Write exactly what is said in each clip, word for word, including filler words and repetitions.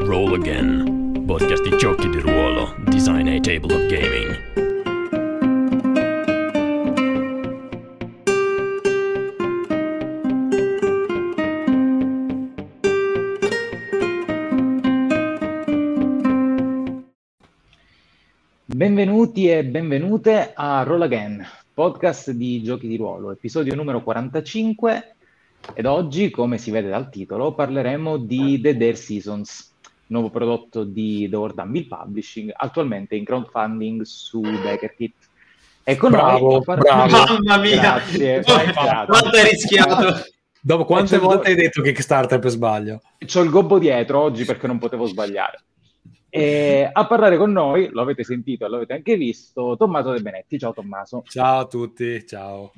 Roll Again, podcast di giochi di ruolo, design e tabletop gaming. Benvenuti e benvenute a Roll Again, podcast di giochi di ruolo, episodio numero quarantacinque, ed oggi, come si vede dal titolo, parleremo di The Dare Seasons, nuovo prodotto di The World Anvil Publishing, attualmente in crowdfunding su BakerKit. E con bravo, noi par- bravo. Mamma mia, grazie, grazie. quanto hai rischiato. Dopo quante Eh, c'ho il volte go- hai detto Kickstarter per sbaglio? C'ho il gobbo dietro oggi perché non potevo sbagliare. E a parlare con noi, lo avete sentito e lo avete anche visto, Tommaso De Benetti. Ciao Tommaso. Ciao a tutti, ciao.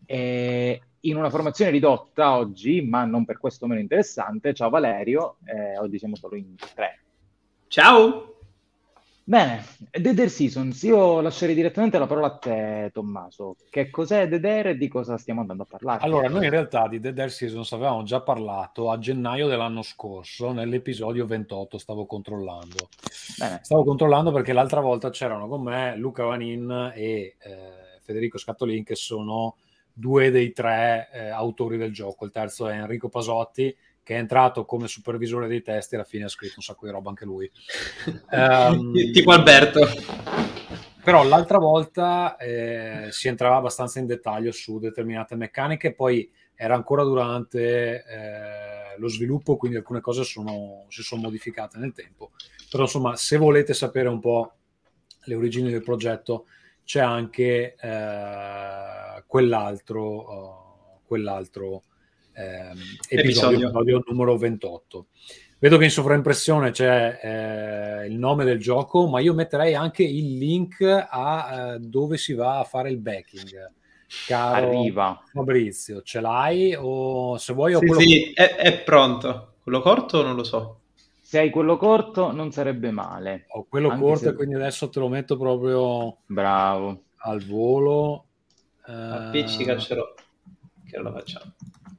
E in una formazione ridotta oggi, ma non per questo meno interessante, ciao Valerio, eh, oggi siamo solo in tre. Ciao. Bene, The Dare Seasons, io lascerei direttamente la parola a te Tommaso. Che cos'è The Dare e di cosa stiamo andando a parlare? Allora, noi in realtà di The Dare Seasons avevamo già parlato a gennaio dell'anno scorso, nell'episodio ventotto, stavo controllando. Bene. Stavo controllando perché l'altra volta c'erano con me Luca Vanin e eh, Federico Scattolin, che sono due dei tre eh, autori del gioco. Il terzo è Enrico Pasotti, che è entrato come supervisore dei testi e alla fine ha scritto un sacco di roba anche lui. um, tipo Alberto. Però l'altra volta eh, si entrava abbastanza in dettaglio su determinate meccaniche, poi era ancora durante eh, lo sviluppo, quindi alcune cose sono, si sono modificate nel tempo. Però insomma, se volete sapere un po' le origini del progetto, c'è anche eh, quell'altro, uh, quell'altro eh, episodio, episodio numero ventotto. Vedo che in sovraimpressione c'è eh, il nome del gioco, ma io metterei anche il link a eh, dove si va a fare il backing. Caro Arriva. Fabrizio, ce l'hai? O se vuoi, o sì, quello... sì, è, è pronto. Quello corto non lo so. Se hai quello corto non sarebbe male. Ho quello Anche corto se... e quindi adesso te lo metto proprio Bravo. al volo. Eh... Appiccica, ce l'ho. Che lo facciamo.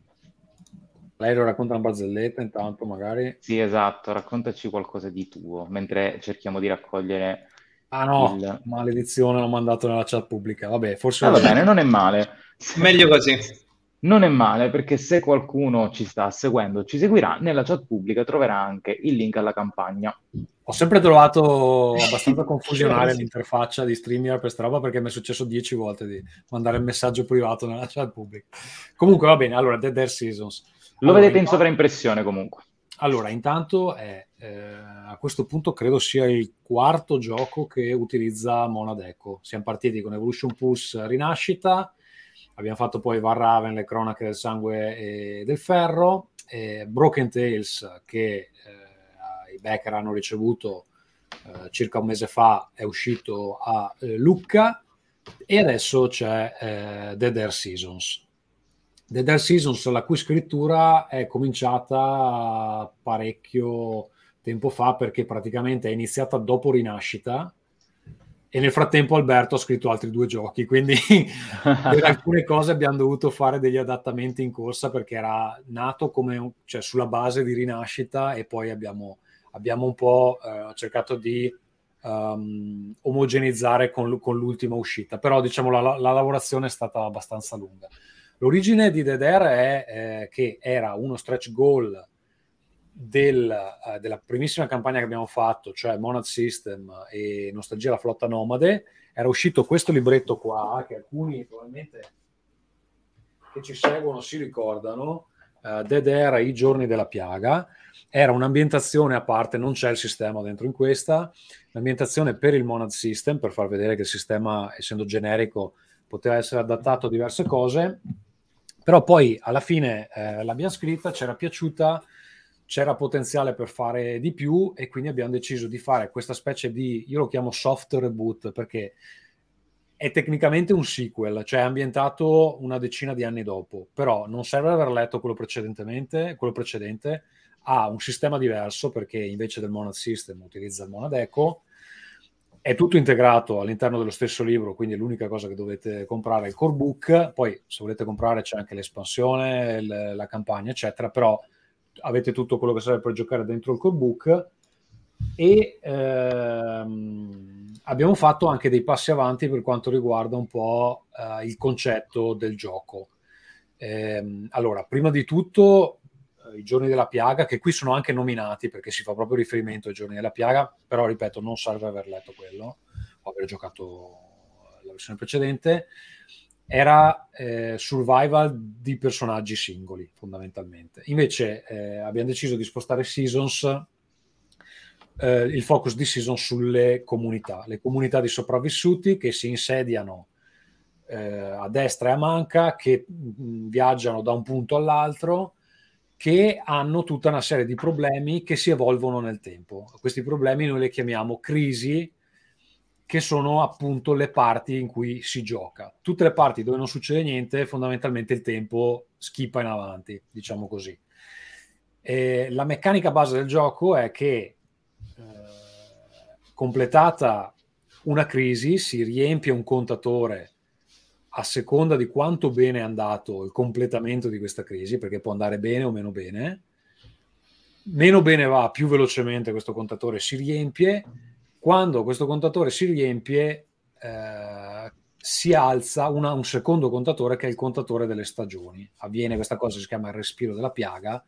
Lei lo racconta una barzelletta intanto, magari. Sì, esatto, raccontaci qualcosa di tuo, mentre cerchiamo di raccogliere Ah no, il... maledizione, l'ho mandato nella chat pubblica. Vabbè, forse... Ah, va bene, non è male. Meglio così. Non è male, perché se qualcuno ci sta seguendo, ci seguirà, nella chat pubblica troverà anche il link alla campagna. Ho sempre trovato abbastanza confusionale l'interfaccia di StreamYard per sta roba, perché mi è successo dieci volte di mandare il messaggio privato nella chat pubblica. Comunque va bene, allora, The Dare Seasons. Lo allora, vedete in intanto, sovraimpressione comunque. Allora, intanto è, eh, a questo punto credo sia il quarto gioco che utilizza Monad Echo. Siamo partiti con Evolution Pulse Rinascita, abbiamo fatto poi Varraven, le cronache del sangue e del ferro, e Broken Tales, che eh, i backer hanno ricevuto eh, circa un mese fa, è uscito a eh, Lucca, e adesso c'è eh, The Dare Seasons. The Dare Seasons, la cui scrittura è cominciata parecchio tempo fa, perché praticamente è iniziata dopo Rinascita e nel frattempo Alberto ha scritto altri due giochi, quindi per alcune cose abbiamo dovuto fare degli adattamenti in corsa, perché era nato come, cioè, sulla base di Rinascita, e poi abbiamo, abbiamo un po' eh, cercato di um, omogenizzare con, con l'ultima uscita, però diciamo la, la lavorazione è stata abbastanza lunga. L'origine di The Dare è eh, che era uno stretch goal del, uh, della primissima campagna che abbiamo fatto, cioè Monad System e Nostalgia alla flotta nomade. Era uscito questo libretto qua, che alcuni probabilmente che ci seguono si ricordano, uh, The Dare, i giorni della piaga. Era un'ambientazione a parte, non c'è il sistema dentro in questa, l'ambientazione per il Monad System, per far vedere che il sistema, essendo generico, poteva essere adattato a diverse cose. Però poi alla fine eh, l'abbiamo scritta, c'era piaciuta, c'era potenziale per fare di più, e quindi abbiamo deciso di fare questa specie di, io lo chiamo soft reboot, perché è tecnicamente un sequel, cioè è ambientato una decina di anni dopo, però non serve aver letto quello precedentemente, quello precedente, ha un sistema diverso, perché invece del Monad System utilizza il Monad Echo, è tutto integrato all'interno dello stesso libro, quindi l'unica cosa che dovete comprare è il core book. Poi se volete comprare c'è anche l'espansione, l- la campagna eccetera, però avete tutto quello che serve per giocare dentro il core book. e ehm, abbiamo fatto anche dei passi avanti per quanto riguarda un po' eh, il concetto del gioco. Ehm, allora, prima di tutto eh, i giorni della piaga, che qui sono anche nominati perché si fa proprio riferimento ai giorni della piaga, però ripeto, non serve aver letto quello o aver giocato la versione precedente. Era eh, survival di personaggi singoli, fondamentalmente. Invece eh, abbiamo deciso di spostare Seasons, eh, il focus di Seasons sulle comunità, le comunità di sopravvissuti che si insediano eh, a destra e a manca, che mh, viaggiano da un punto all'altro, che hanno tutta una serie di problemi che si evolvono nel tempo. Questi problemi noi li chiamiamo crisi, che sono appunto le parti in cui si gioca. Tutte le parti dove non succede niente, fondamentalmente il tempo schippa in avanti, diciamo così. E la meccanica base del gioco è che eh, completata una crisi si riempie un contatore a seconda di quanto bene è andato il completamento di questa crisi, perché può andare bene o meno bene. Meno bene va, più velocemente questo contatore si riempie. Quando questo contatore si riempie, eh, si alza una, un secondo contatore che è il contatore delle stagioni. Avviene questa cosa, si chiama il respiro della piaga,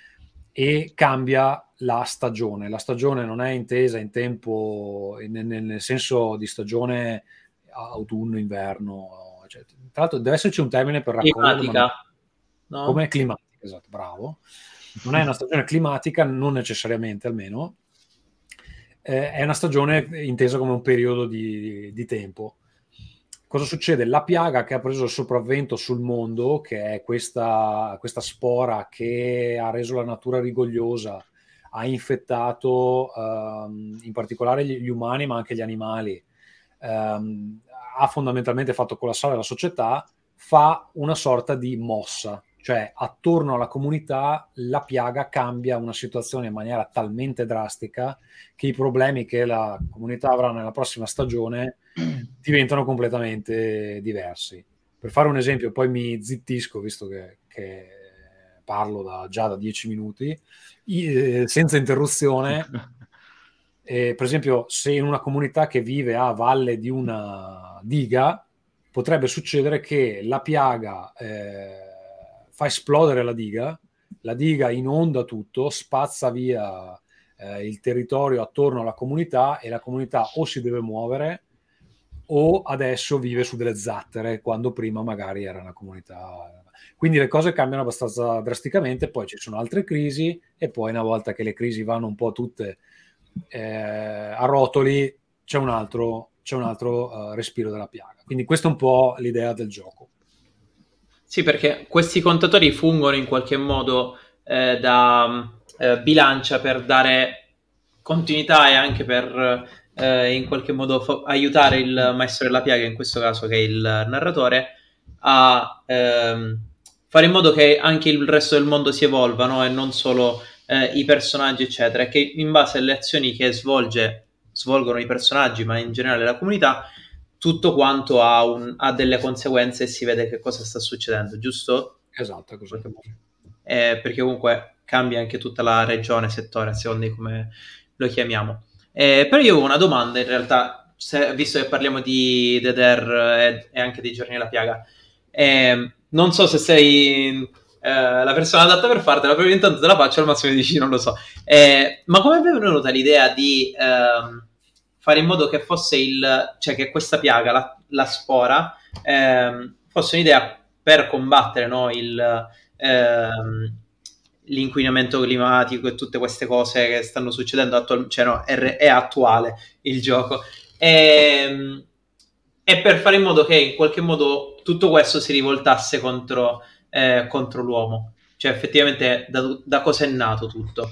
e cambia la stagione. La stagione non è intesa in tempo, nel, nel senso di stagione autunno, inverno. Cioè, tra l'altro deve esserci un termine per raccoglierlo. Climatica, non... no? Come climatica, esatto, bravo. Non è una stagione climatica, non necessariamente almeno. Eh, è una stagione intesa come un periodo di, di tempo. Cosa succede? La piaga che ha preso il sopravvento sul mondo, che è questa, questa spora che ha reso la natura rigogliosa, ha infettato um, in particolare gli, gli umani ma anche gli animali, um, ha fondamentalmente fatto collassare la società, fa una sorta di mossa. Cioè, attorno alla comunità la piaga cambia una situazione in maniera talmente drastica che i problemi che la comunità avrà nella prossima stagione diventano completamente diversi. Per fare un esempio, poi mi zittisco, visto che, che parlo da, già da dieci minuti, eh, senza interruzione. Eh, per esempio, se in una comunità che vive a valle di una diga, potrebbe succedere che la piaga... Eh, fa esplodere la diga, la diga inonda tutto, spazza via eh, il territorio attorno alla comunità e la comunità o si deve muovere o adesso vive su delle zattere, quando prima magari era una comunità. Quindi le cose cambiano abbastanza drasticamente, poi ci sono altre crisi e poi una volta che le crisi vanno un po' tutte eh, a rotoli c'è un altro, c'è un altro uh, respiro della piaga. Quindi questa è un po' l'idea del gioco. Sì, perché questi contatori fungono in qualche modo eh, da eh, bilancia per dare continuità e anche per eh, in qualche modo fa- aiutare il maestro della piaga, in questo caso che è il narratore, a ehm, fare in modo che anche il resto del mondo si evolva, no? E non solo eh, i personaggi, eccetera, e che in base alle azioni che svolge, svolgono i personaggi, ma in generale la comunità, tutto quanto ha, un, ha delle conseguenze e si vede che cosa sta succedendo, giusto? Esatto, è così. Eh, perché comunque cambia anche tutta la regione, settore, a seconda di come lo chiamiamo. Eh, però io avevo una domanda, in realtà, se, visto che parliamo di The Dare e, e anche dei giorni della piaga. Eh, non so se sei eh, la persona adatta per fartela, però intanto te la faccio, al massimo dici non lo so. Eh, ma come è venuta l'idea di... Ehm, fare in modo che fosse il, cioè che questa piaga, la, la spora, ehm, fosse un'idea per combattere, no, il, ehm, l'inquinamento climatico e tutte queste cose che stanno succedendo attualmente, cioè no, è, è attuale il gioco. E, e per fare in modo che in qualche modo tutto questo si rivoltasse contro, eh, contro l'uomo. Cioè effettivamente da, da cosa è nato tutto?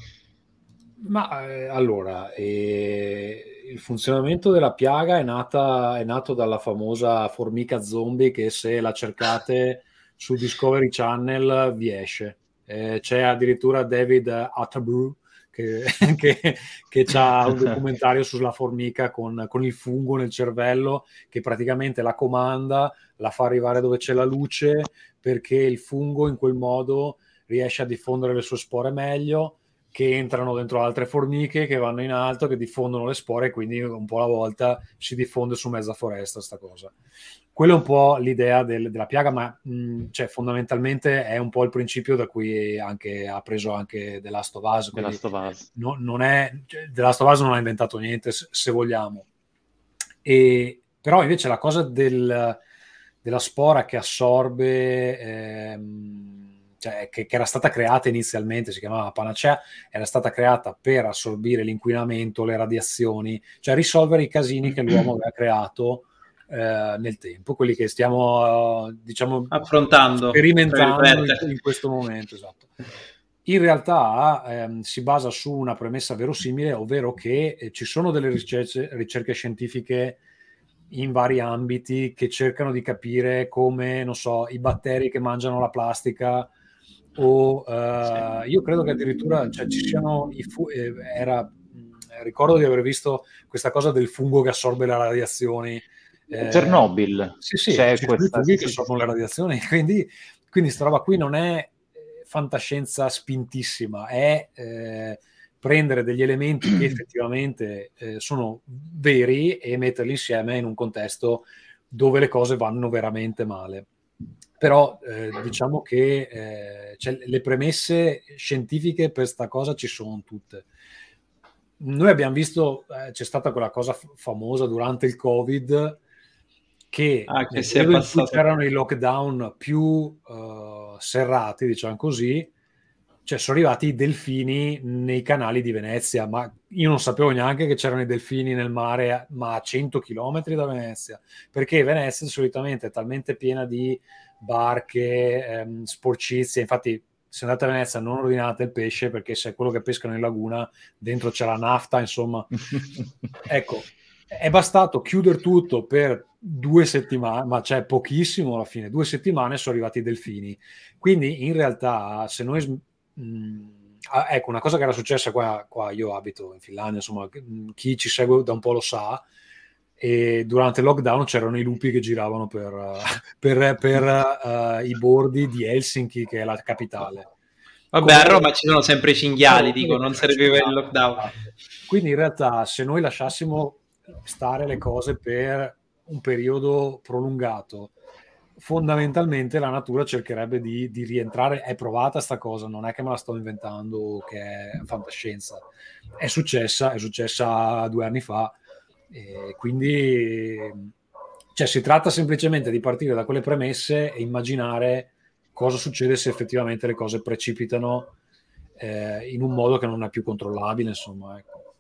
Ma eh, allora, eh, il funzionamento della piaga è, nata, è nato dalla famosa formica zombie che se la cercate su Discovery Channel vi esce. Eh, c'è addirittura David Attenborough che, che, che ha un documentario sulla formica con, con il fungo nel cervello che praticamente la comanda, la fa arrivare dove c'è la luce perché il fungo in quel modo riesce a diffondere le sue spore meglio. che entrano dentro altre formiche, che vanno in alto, che diffondono le spore, e quindi un po' alla volta si diffonde su mezza foresta sta cosa. Quello è un po' l'idea del, della piaga, ma mh, cioè, fondamentalmente è un po' il principio da cui anche, ha preso anche The Last of Us. The Last of Us. No, non è, cioè, The Last of Us non ha inventato niente, se, se vogliamo. E, però invece la cosa del, della spora che assorbe... Ehm, Cioè, che, che era stata creata inizialmente, si chiamava Panacea, era stata creata per assorbire l'inquinamento, le radiazioni, cioè risolvere i casini che l'uomo aveva creato eh, nel tempo, quelli che stiamo uh, diciamo affrontando, sperimentando in, in questo momento. Esatto. In realtà ehm, si basa su una premessa verosimile, ovvero che eh, ci sono delle ricerche, ricerche scientifiche in vari ambiti che cercano di capire come, non so, i batteri che mangiano la plastica, o uh, io credo che addirittura, cioè, ci siano i fu- eh, era mh, ricordo di aver visto questa cosa del fungo che assorbe le radiazioni, eh, Chernobyl, sì sì, c'è ci questa, sono i funghi sì, che sì, assorbono sì. le radiazioni, quindi, quindi sta roba qui non è fantascienza spintissima, è eh, prendere degli elementi che effettivamente eh, sono veri e metterli insieme in un contesto dove le cose vanno veramente male. Però eh, diciamo che eh, cioè, le premesse scientifiche per sta cosa ci sono tutte. Noi abbiamo visto, eh, c'è stata quella cosa f- famosa durante il Covid, che ah, che nel si è periodo in cui passato. c'erano i lockdown più uh, serrati, diciamo così, cioè sono arrivati i delfini nei canali di Venezia, ma io non sapevo neanche che c'erano i delfini nel mare, ma a cento chilometri da Venezia, perché Venezia solitamente è talmente piena di barche, ehm, sporcizie. Infatti se andate a Venezia non ordinate il pesce, perché se è quello che pescano in laguna dentro c'è la nafta, insomma. Ecco, è bastato chiudere tutto per due settimane, ma c'è pochissimo alla fine, due settimane sono arrivati i delfini. Quindi in realtà se noi mh, ecco, una cosa che era successa qua, qua io abito in Finlandia, insomma, chi ci segue da un po' lo sa, e durante il lockdown c'erano i lupi che giravano per, per, per uh, i bordi di Helsinki, che è la capitale. Vabbè, a Roma ci sono sempre i cinghiali, dico, non serviva il lockdown. Quindi in realtà se noi lasciassimo stare le cose per un periodo prolungato, fondamentalmente la natura cercherebbe di, di rientrare. È provata sta cosa, non è che me la sto inventando, che è fantascienza, è successa, è successa due anni fa, e quindi cioè, si tratta semplicemente di partire da quelle premesse e immaginare cosa succede se effettivamente le cose precipitano eh, in un modo che non è più controllabile, insomma, ecco.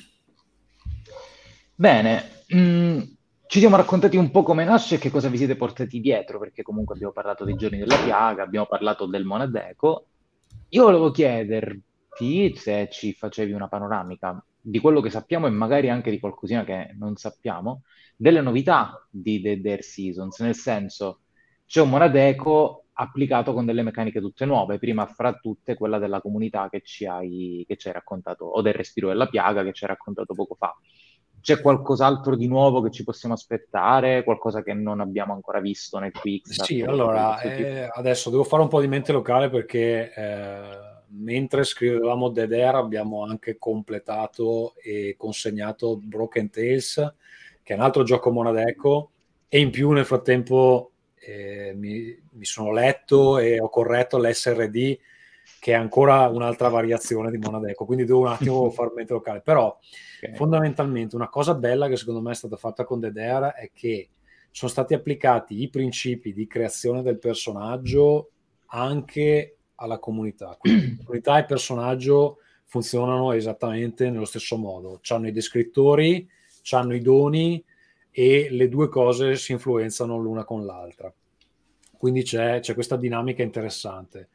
Bene, mm, ci siamo raccontati un po' come nasce e che cosa vi siete portati dietro, perché comunque abbiamo parlato dei giorni della piaga, abbiamo parlato del Monadeco. Io volevo chiederti se ci facevi una panoramica di quello che sappiamo e magari anche di qualcosina che non sappiamo, delle novità di The Dare Seasons, nel senso c'è un Monadeco applicato con delle meccaniche tutte nuove, prima fra tutte quella della comunità che ci hai, che ci hai raccontato, o del respiro della piaga che ci hai raccontato poco fa. C'è qualcos'altro di nuovo che ci possiamo aspettare? Qualcosa che non abbiamo ancora visto nel Quickstart? Sì, allora, eh, adesso devo fare un po' di mente locale, perché eh, mentre scrivevamo Dead Air abbiamo anche completato e consegnato Broken Tales, che è un altro gioco Monadeco, e in più nel frattempo eh, mi, mi sono letto e ho corretto l'S R D, che è ancora un'altra variazione di Monadeco, quindi devo un attimo fare mente locale. Però okay, fondamentalmente una cosa bella che secondo me è stata fatta con Dead Air è che sono stati applicati i principi di creazione del personaggio anche alla comunità. Quindi la comunità e il personaggio funzionano esattamente nello stesso modo. C'hanno i descrittori, c'hanno i doni, e le due cose si influenzano l'una con l'altra. Quindi c'è, c'è questa dinamica interessante.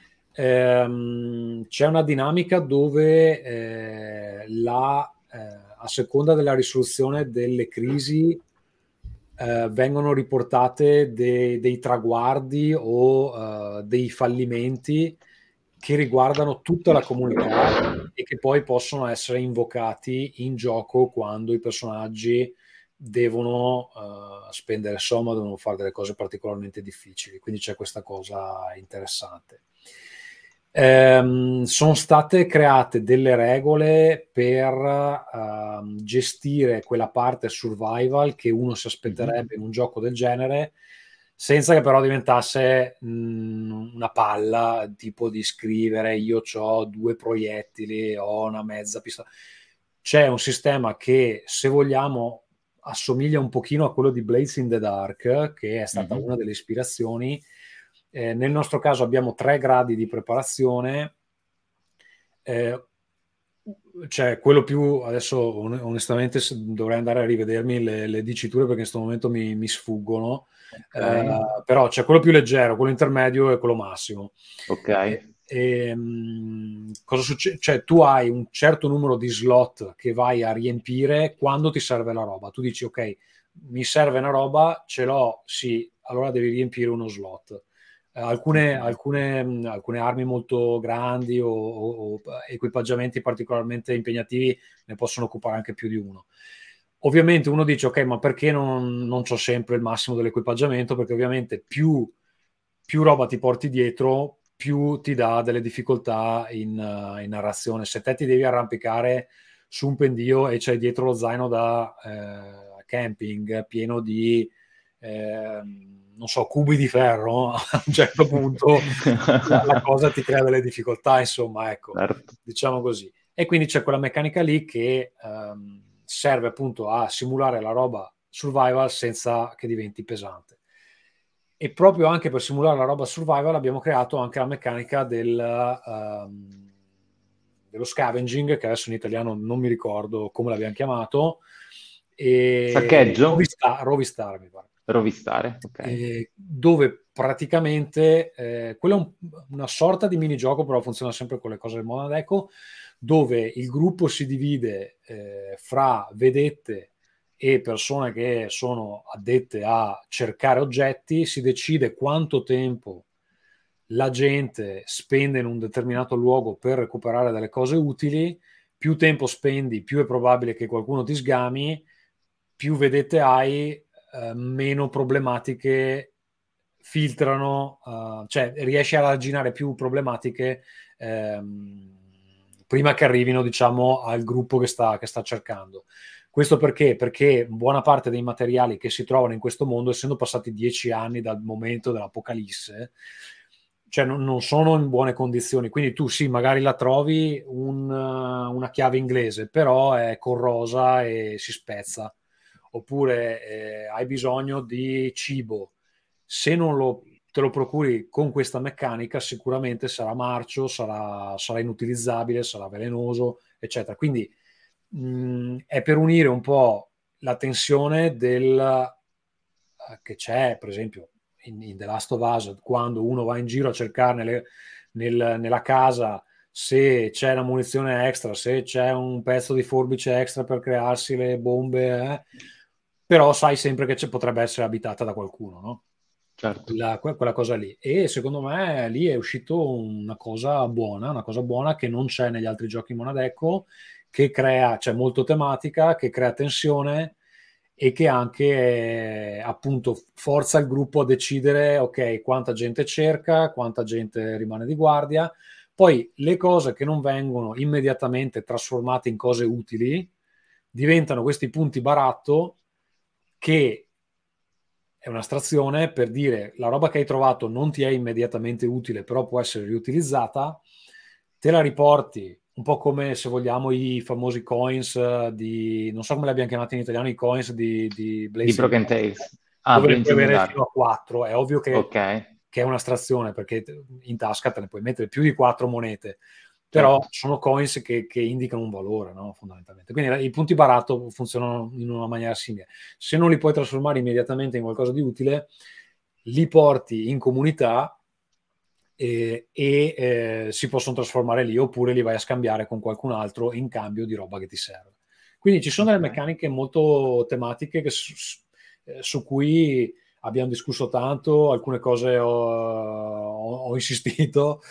Ehm, c'è una dinamica dove eh, la, eh, a seconda della risoluzione delle crisi eh, vengono riportate de- dei traguardi o uh, dei fallimenti che riguardano tutta la comunità e che poi possono essere invocati in gioco quando i personaggi devono uh, spendere somma, devono fare delle cose particolarmente difficili. Quindi c'è questa cosa interessante. Ehm, sono state create delle regole per uh, gestire quella parte survival che uno si aspetterebbe in un gioco del genere, senza che però diventasse mh, una palla, tipo di scrivere io ho due proiettili, ho una mezza pistola. C'è un sistema che, se vogliamo, assomiglia un pochino a quello di Blades in the Dark, che è stata Mhm. una delle ispirazioni. Eh, nel nostro caso abbiamo tre gradi di preparazione, eh, cioè quello più, adesso on- onestamente s- dovrei andare a rivedermi le, le diciture perché in questo momento mi, mi sfuggono, Ok, eh, però c'è quello più leggero, quello intermedio e quello massimo. ok. E, e, mh, cosa succede? Cioè tu hai un certo numero di slot che vai a riempire quando ti serve la roba. Tu dici ok, mi serve una roba, ce l'ho, sì, allora devi riempire uno slot. Eh, alcune, Ok. alcune, mh, alcune armi molto grandi o, o- o equipaggiamenti particolarmente impegnativi ne possono occupare anche più di uno. Ovviamente uno dice ok, ma perché non, non c'ho sempre il massimo dell'equipaggiamento? Perché ovviamente più, più roba ti porti dietro, più ti dà delle difficoltà in, uh, in narrazione. Se te ti devi arrampicare su un pendio e c'hai dietro lo zaino da eh, camping pieno di eh, non so, cubi di ferro, a un certo punto la, la cosa ti crea delle difficoltà, insomma, ecco, Certo. diciamo così. E quindi c'è quella meccanica lì che ehm, serve appunto a simulare la roba survival senza che diventi pesante. E proprio anche per simulare la roba survival abbiamo creato anche la meccanica del, ehm, dello scavenging, che adesso in italiano non mi ricordo come l'abbiamo chiamato, e Saccheggio? Rovistar, Rovistar mi pare. Rovistare, ok. Eh, dove praticamente eh, quello è un- una sorta di minigioco, però funziona sempre con le cose del Monadeco, dove il gruppo si divide eh, fra vedette e persone che sono addette a cercare oggetti, si decide quanto tempo la gente spende in un determinato luogo per recuperare delle cose utili. Più tempo spendi, più è probabile che qualcuno ti sgami, più vedette hai, eh, meno problematiche filtrano, uh, cioè riesci a arginare più problematiche ehm, prima che arrivino, diciamo, al gruppo che sta, che sta cercando. Questo perché? Perché buona parte dei materiali che si trovano in questo mondo, essendo passati dieci anni dal momento dell'Apocalisse, cioè non, non sono in buone condizioni. Quindi tu sì, magari la trovi un, uh, una chiave inglese, però è corrosa e si spezza. Oppure eh, hai bisogno di cibo. Se non lo, te lo procuri con questa meccanica, sicuramente sarà marcio, sarà, sarà inutilizzabile, sarà velenoso, eccetera. Quindi mh, è per unire un po' la tensione del, eh, che c'è, per esempio, in, in The Last of Us, quando uno va in giro a cercare nelle, nel, nella casa se c'è una munizione extra, se c'è un pezzo di forbice extra per crearsi le bombe, eh, però sai sempre che potrebbe essere abitata da qualcuno, no? Certo. Quella, quella cosa lì. E secondo me lì è uscito una cosa buona, una cosa buona che non c'è negli altri giochi Monadeco, che crea, cioè molto tematica, che crea tensione e che anche eh, appunto forza il gruppo a decidere ok, quanta gente cerca, quanta gente rimane di guardia. Poi le cose che non vengono immediatamente trasformate in cose utili diventano questi punti baratto che è un'astrazione per dire la roba che hai trovato non ti è immediatamente utile, però può essere riutilizzata, te la riporti, un po' come se vogliamo i famosi coins di, non so come li abbiamo chiamati in italiano, i coins di, di Di Blazing Broken Dark, Tales. Ah, dove ne Blades puoi in the avere Dark. fino a quattro. È ovvio che, Ok, che è un'astrazione perché in tasca te ne puoi mettere più di quattro monete, però certo. sono coins che, che indicano un valore, no? Fondamentalmente. Quindi i punti baratto funzionano in una maniera simile. Se non li puoi trasformare immediatamente in qualcosa di utile, li porti in comunità e, e eh, si possono trasformare lì, oppure li vai a scambiare con qualcun altro in cambio di roba che ti serve. Quindi ci sono delle Ok. meccaniche molto tematiche che su, su cui abbiamo discusso tanto, alcune cose ho, ho, ho insistito,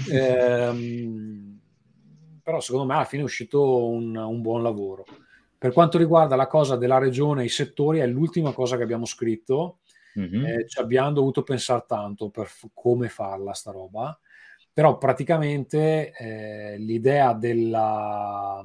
ehm, però secondo me alla fine è uscito un, un buon lavoro. Per quanto riguarda la cosa della regione, i settori, è l'ultima cosa che abbiamo scritto. Mhm. Eh, ci abbiamo dovuto pensare tanto per f- come farla sta roba. però praticamente eh, l'idea della,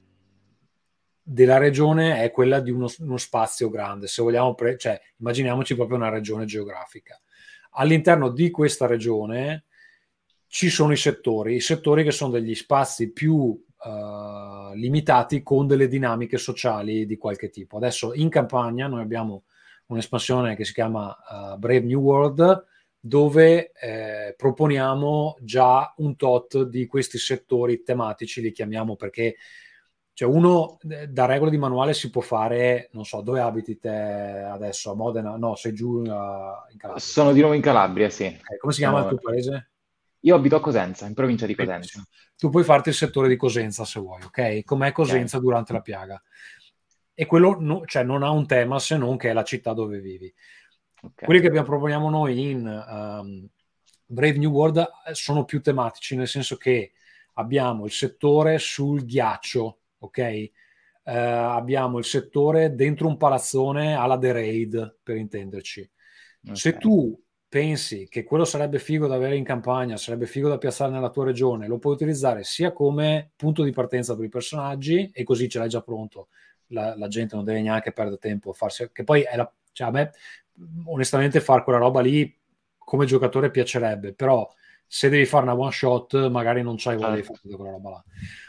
della regione è quella di uno, uno spazio grande, se vogliamo, pre- cioè immaginiamoci proprio una regione geografica. All'interno di questa regione ci sono i settori, i settori che sono degli spazi più uh, limitati con delle dinamiche sociali di qualche tipo. Adesso in campagna noi abbiamo un'espansione che si chiama uh, Brave New World, dove eh, proponiamo già un tot di questi settori tematici, li chiamiamo perché cioè uno da regola di manuale si può fare, non so, dove abiti te adesso? A Modena? No, sei giù uh, in Calabria. Sono di nuovo in Calabria, sì. Okay, come si Sono... chiama il tuo paese? Io abito a Cosenza, in provincia di Cosenza. Tu puoi farti il settore di Cosenza se vuoi, ok? Com'è Cosenza okay. durante la piaga. E quello no, cioè, non ha un tema se non che è la città dove vivi. Okay. Quelli che abbiamo, proponiamo noi in um, Brave New World sono più tematici, nel senso che abbiamo il settore sul ghiaccio, ok? Uh, abbiamo il settore dentro un palazzone alla The Raid, per intenderci. Okay. Se tu pensi che quello sarebbe figo da avere in campagna, sarebbe figo da piazzare nella tua regione, lo puoi utilizzare sia come punto di partenza per i personaggi e così ce l'hai già pronto. La, la gente non deve neanche perdere tempo a farsi, che poi è la, cioè a me onestamente fare quella roba lì come giocatore piacerebbe, però se devi fare una one shot magari non c'hai voglia di fare quella roba là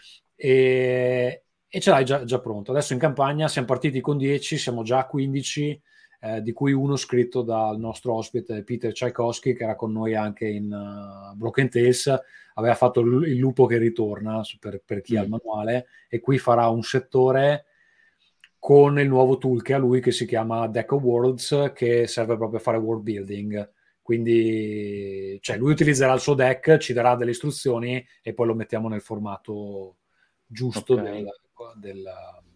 e, e ce l'hai già, già pronto. Adesso in campagna siamo partiti con dieci, siamo già a quindici, eh, di cui uno scritto dal nostro ospite Peter Tchaikovsky, che era con noi anche in uh, Broken Tales, aveva fatto il, il lupo che ritorna per, per chi mm. ha il manuale, e qui farà un settore con il nuovo tool che ha lui, che si chiama Deck of Worlds, che serve proprio a fare world building. Quindi cioè, lui utilizzerà il suo deck, ci darà delle istruzioni e poi lo mettiamo nel formato giusto okay. del, del,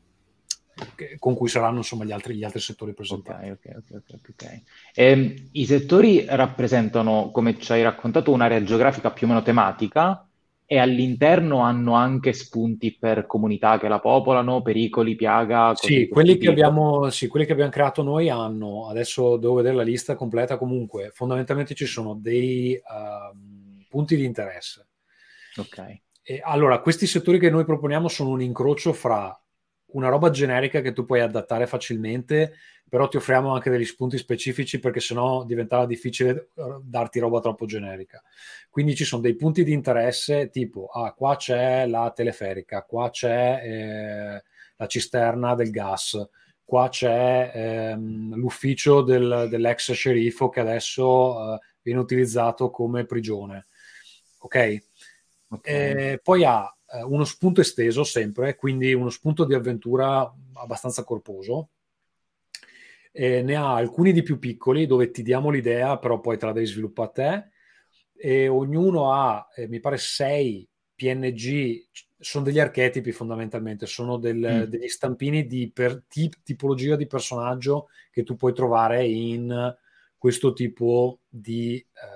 con cui saranno insomma gli altri, gli altri settori presentati. Ok, ok, ok, ok. okay. E, i settori rappresentano, come ci hai raccontato, un'area geografica più o meno tematica, e all'interno hanno anche spunti per comunità che la popolano, pericoli, piaga, cose sì, quelli che abbiamo, sì, quelli che abbiamo creato noi hanno, adesso devo vedere la lista completa, comunque fondamentalmente ci sono dei uh, punti di interesse. Ok. E, allora, questi settori che noi proponiamo sono un incrocio fra una roba generica che tu puoi adattare facilmente, però ti offriamo anche degli spunti specifici perché sennò diventava difficile darti roba troppo generica. Quindi ci sono dei punti di interesse tipo, ah, qua c'è la teleferica, qua c'è eh, la cisterna del gas, qua c'è ehm, l'ufficio del, dell'ex sceriffo che adesso eh, viene utilizzato come prigione. Ok? Okay. Eh, poi ha eh, uno spunto esteso sempre, quindi uno spunto di avventura abbastanza corposo. Eh, ne ha alcuni di più piccoli dove ti diamo l'idea, però poi te la devi sviluppare a te, e ognuno ha, eh, mi pare, sei P N G, sono degli archetipi fondamentalmente, sono del, mm. degli stampini di per, tip, tipologia di personaggio che tu puoi trovare in questo tipo di,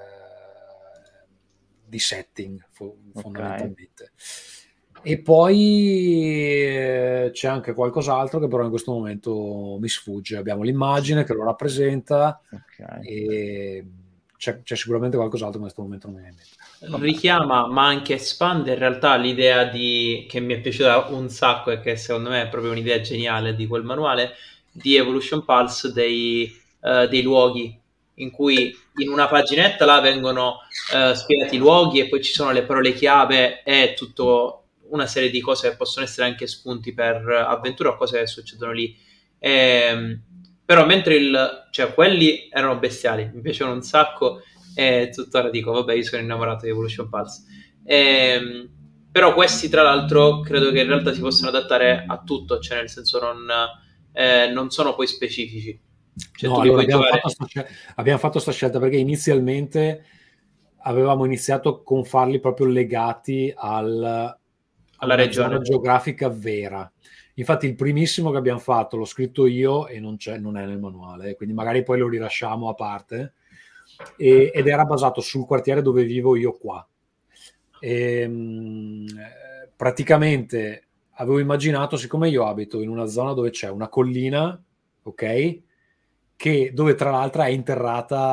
eh, di setting fondamentalmente. Okay. E poi eh, c'è anche qualcos'altro che però in questo momento mi sfugge. Abbiamo l'immagine che lo rappresenta, okay. E c'è, c'è sicuramente qualcos'altro che in questo momento non mi viene in mente. Richiama, ma anche espande in realtà l'idea di, che mi è piaciuta un sacco e che secondo me è proprio un'idea geniale di quel manuale, di Evolution Pulse, dei, uh, dei luoghi, in cui in una paginetta là vengono uh, spiegati i luoghi e poi ci sono le parole chiave e tutto una serie di cose che possono essere anche spunti per avventura o cose che succedono lì. E, però mentre il, cioè quelli erano bestiali, mi piacevano un sacco e tuttora dico vabbè, io sono innamorato di Evolution Pulse. E, però questi tra l'altro credo che in realtà si possono adattare a tutto, cioè nel senso non, eh, non sono poi specifici. Cioè, no, tu allora li puoi abbiamo, giocare... fatto sta, abbiamo fatto questa scelta perché inizialmente avevamo iniziato con farli proprio legati al alla regione geografica vera. Infatti il primissimo che abbiamo fatto l'ho scritto io e non, c'è, non è nel manuale, quindi magari poi lo rilasciamo a parte, e, ed era basato sul quartiere dove vivo io qua. E, mh, praticamente avevo immaginato, siccome io abito in una zona dove c'è una collina, ok, che dove tra l'altro è interrata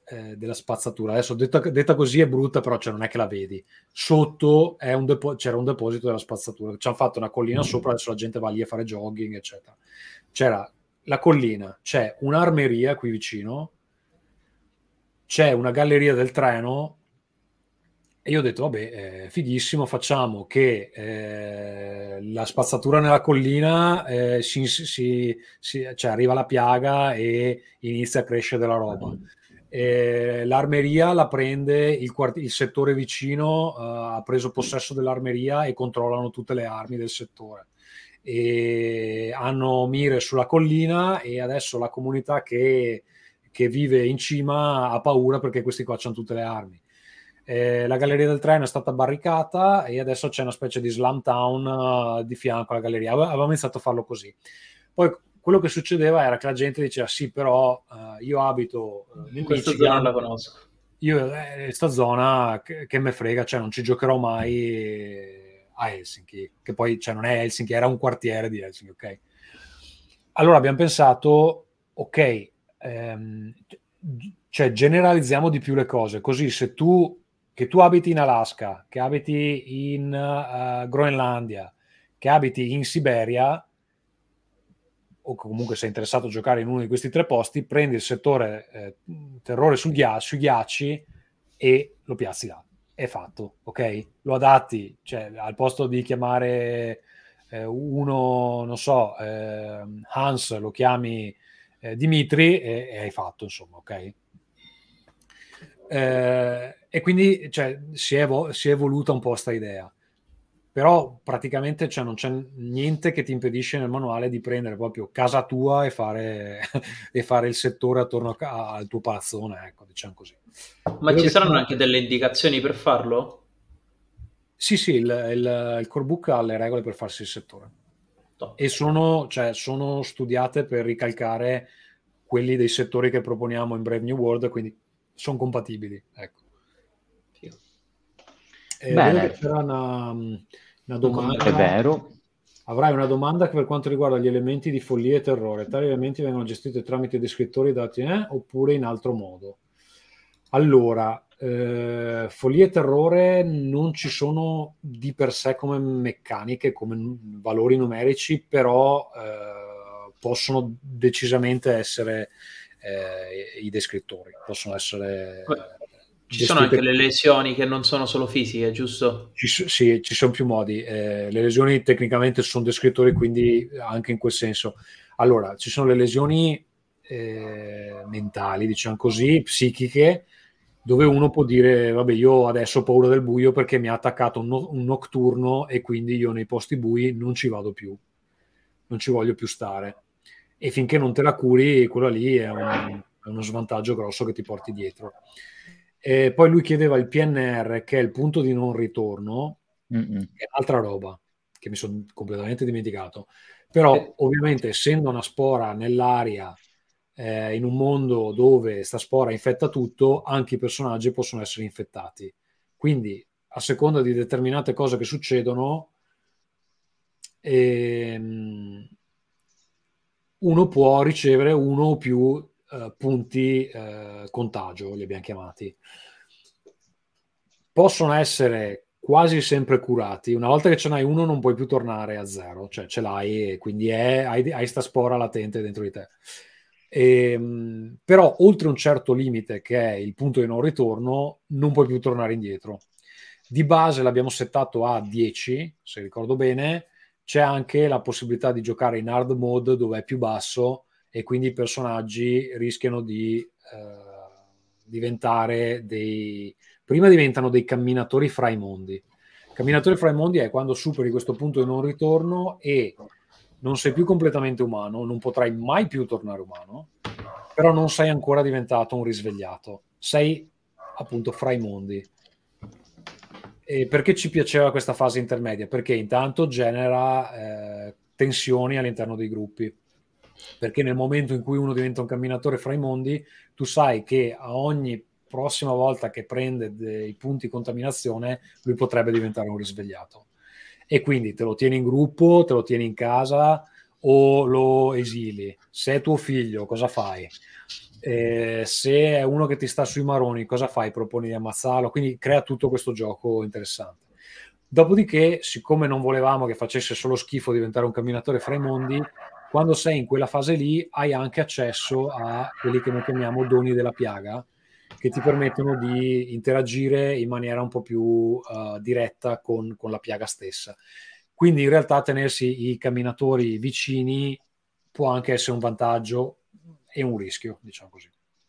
eh, della spazzatura. Adesso detta, detta così è brutta, però cioè, non è che la vedi. Sotto è un depo- c'era un deposito della spazzatura, ci hanno fatto una collina sopra, adesso la gente va lì a fare jogging, eccetera. C'era la collina, c'è un'armeria qui vicino, c'è una galleria del treno, e io ho detto, vabbè, eh, fighissimo, facciamo che eh, la spazzatura nella collina, eh, si, si, si, cioè arriva la piaga e inizia a crescere della roba. Eh, l'armeria la prende, il, quart- il settore vicino uh, ha preso possesso dell'armeria e controllano tutte le armi del settore. E hanno mire sulla collina e adesso la comunità che, che vive in cima ha paura perché questi qua hanno tutte le armi. Eh, la galleria del treno è stata barricata e adesso c'è una specie di slam town uh, di fianco alla galleria. Ave- avevamo iniziato a farlo così. Poi quello che succedeva era che la gente diceva sì, però uh, io abito uh, in questa Michigan, zona la conosco. Io eh, sta zona che, che me frega, cioè non ci giocherò mai a Helsinki, che poi cioè, non è Helsinki, era un quartiere di Helsinki, ok? Allora abbiamo pensato, ok, ehm, cioè generalizziamo di più le cose, così se tu che tu abiti in Alaska, che abiti in uh, Groenlandia, che abiti in Siberia, o comunque sei interessato a giocare in uno di questi tre posti, prendi il settore eh, terrore sul ghiaccio, sui ghiacci e lo piazzi là. È fatto, ok? Lo adatti, cioè al posto di chiamare eh, uno, non so, eh, Hans, lo chiami eh, Dimitri e, e hai fatto, insomma, ok? Eh, e quindi cioè, si, è evo- si è evoluta un po' questa idea, però praticamente cioè, non c'è niente che ti impedisce nel manuale di prendere proprio casa tua e fare, e fare il settore attorno a ca- al tuo palazzone, ecco, diciamo così. Ma Vedo ci che saranno c'è- anche delle indicazioni per farlo? Sì, sì, il, il, il core book ha le regole per farsi il settore No. e sono, cioè, sono studiate per ricalcare quelli dei settori che proponiamo in Brave New World, quindi sono compatibili, ecco. Eh, vedo che c'era una, una domanda. È vero. Avrai una domanda per quanto riguarda gli elementi di follia e terrore. Tali elementi vengono gestiti tramite descrittori dati eh, oppure in altro modo? Allora, eh, follia e terrore non ci sono di per sé come meccaniche, come n- valori numerici, però eh, possono decisamente essere eh, i descrittori, possono essere... Ci sono anche le lesioni che non sono solo fisiche, giusto? Ci, sì, ci sono più modi. Eh, le lesioni tecnicamente sono descrittori, quindi anche in quel senso. Allora, ci sono le lesioni eh, mentali, diciamo così, psichiche, dove uno può dire, vabbè, io adesso ho paura del buio perché mi ha attaccato un, no- un nocturno e quindi io nei posti bui non ci vado più, non ci voglio più stare. E finché non te la curi, quello lì è, un, è uno svantaggio grosso che ti porti dietro. E poi lui chiedeva il P N R, che è il punto di non ritorno, Mm-mm. che è un'altra roba che mi sono completamente dimenticato. Però, Eh. ovviamente, essendo una spora nell'aria, eh, in un mondo dove sta spora infetta tutto, anche i personaggi possono essere infettati. Quindi, a seconda di determinate cose che succedono, ehm, uno può ricevere uno o più eh, punti eh, contagio, li abbiamo chiamati. Possono essere quasi sempre curati. Una volta che ce n'hai uno non puoi più tornare a zero, cioè ce l'hai e quindi è, hai, hai sta spora latente dentro di te. E, però oltre un certo limite che è il punto di non ritorno non puoi più tornare indietro. Di base l'abbiamo settato a dieci, se ricordo bene. C'è anche la possibilità di giocare in hard mode dove è più basso e quindi i personaggi rischiano di eh, diventare dei... Prima diventano dei camminatori fra i mondi. Camminatori fra i mondi è quando superi questo punto di non ritorno e non sei più completamente umano, non potrai mai più tornare umano, però non sei ancora diventato un risvegliato. Sei appunto fra i mondi. E perché ci piaceva questa fase intermedia? Perché intanto genera eh, tensioni all'interno dei gruppi. Perché nel momento in cui uno diventa un camminatore fra i mondi, tu sai che a ogni prossima volta che prende dei punti contaminazione, lui potrebbe diventare un risvegliato. E quindi te lo tieni in gruppo, te lo tieni in casa o lo esili. Se è tuo figlio, cosa fai? Eh, se è uno che ti sta sui maroni, cosa fai? Proponi di ammazzarlo? Quindi crea tutto questo gioco interessante. Dopodiché, siccome non volevamo che facesse solo schifo diventare un camminatore fra i mondi, quando sei in quella fase lì hai anche accesso a quelli che noi chiamiamo doni della piaga, che ti permettono di interagire in maniera un po' più uh, diretta con, con la piaga stessa. Quindi in realtà tenersi i camminatori vicini può anche essere un vantaggio e un rischio, diciamo così.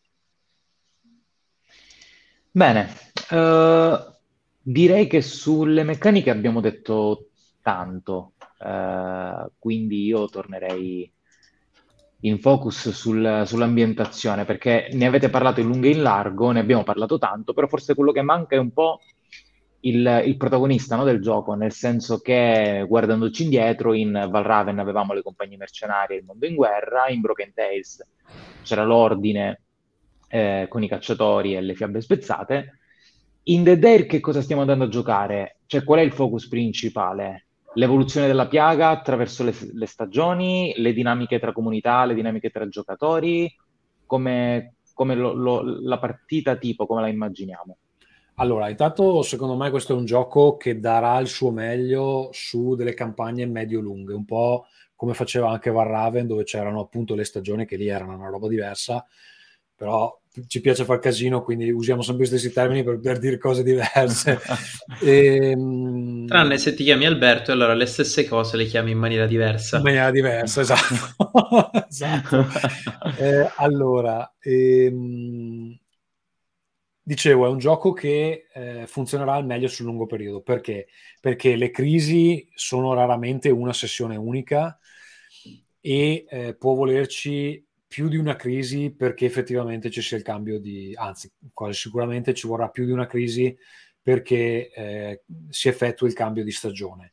Bene, uh, direi che sulle meccaniche abbiamo detto tanto, uh, quindi io tornerei in focus sul, sull'ambientazione, perché ne avete parlato in lungo e in largo, ne abbiamo parlato tanto, però forse quello che manca è un po' il, il protagonista, no, del gioco, nel senso che guardandoci indietro in Valraven avevamo le compagnie mercenarie, il mondo in guerra, in Broken Tales c'era l'ordine eh, con i cacciatori e le fiabe spezzate. In The Dare che cosa stiamo andando a giocare? Cioè qual è il focus principale? L'evoluzione della piaga attraverso le, le stagioni, le dinamiche tra comunità, le dinamiche tra giocatori, come, come lo, lo, la partita tipo, come la immaginiamo? Allora, intanto secondo me questo è un gioco che darà il suo meglio su delle campagne medio-lunghe, un po' come faceva anche Valraven, dove c'erano appunto le stagioni che lì erano una roba diversa, però ci piace far casino, quindi usiamo sempre gli stessi termini per, per dire cose diverse. e, Tranne se ti chiami Alberto, allora le stesse cose le chiami in maniera diversa. In maniera diversa, esatto. esatto. Eh, allora, ehm, dicevo, è un gioco che eh, funzionerà al meglio sul lungo periodo. Perché? Perché le crisi sono raramente una sessione unica e eh, può volerci più di una crisi perché effettivamente ci sia il cambio di... Anzi, quasi sicuramente ci vorrà più di una crisi perché eh, si effettua il cambio di stagione.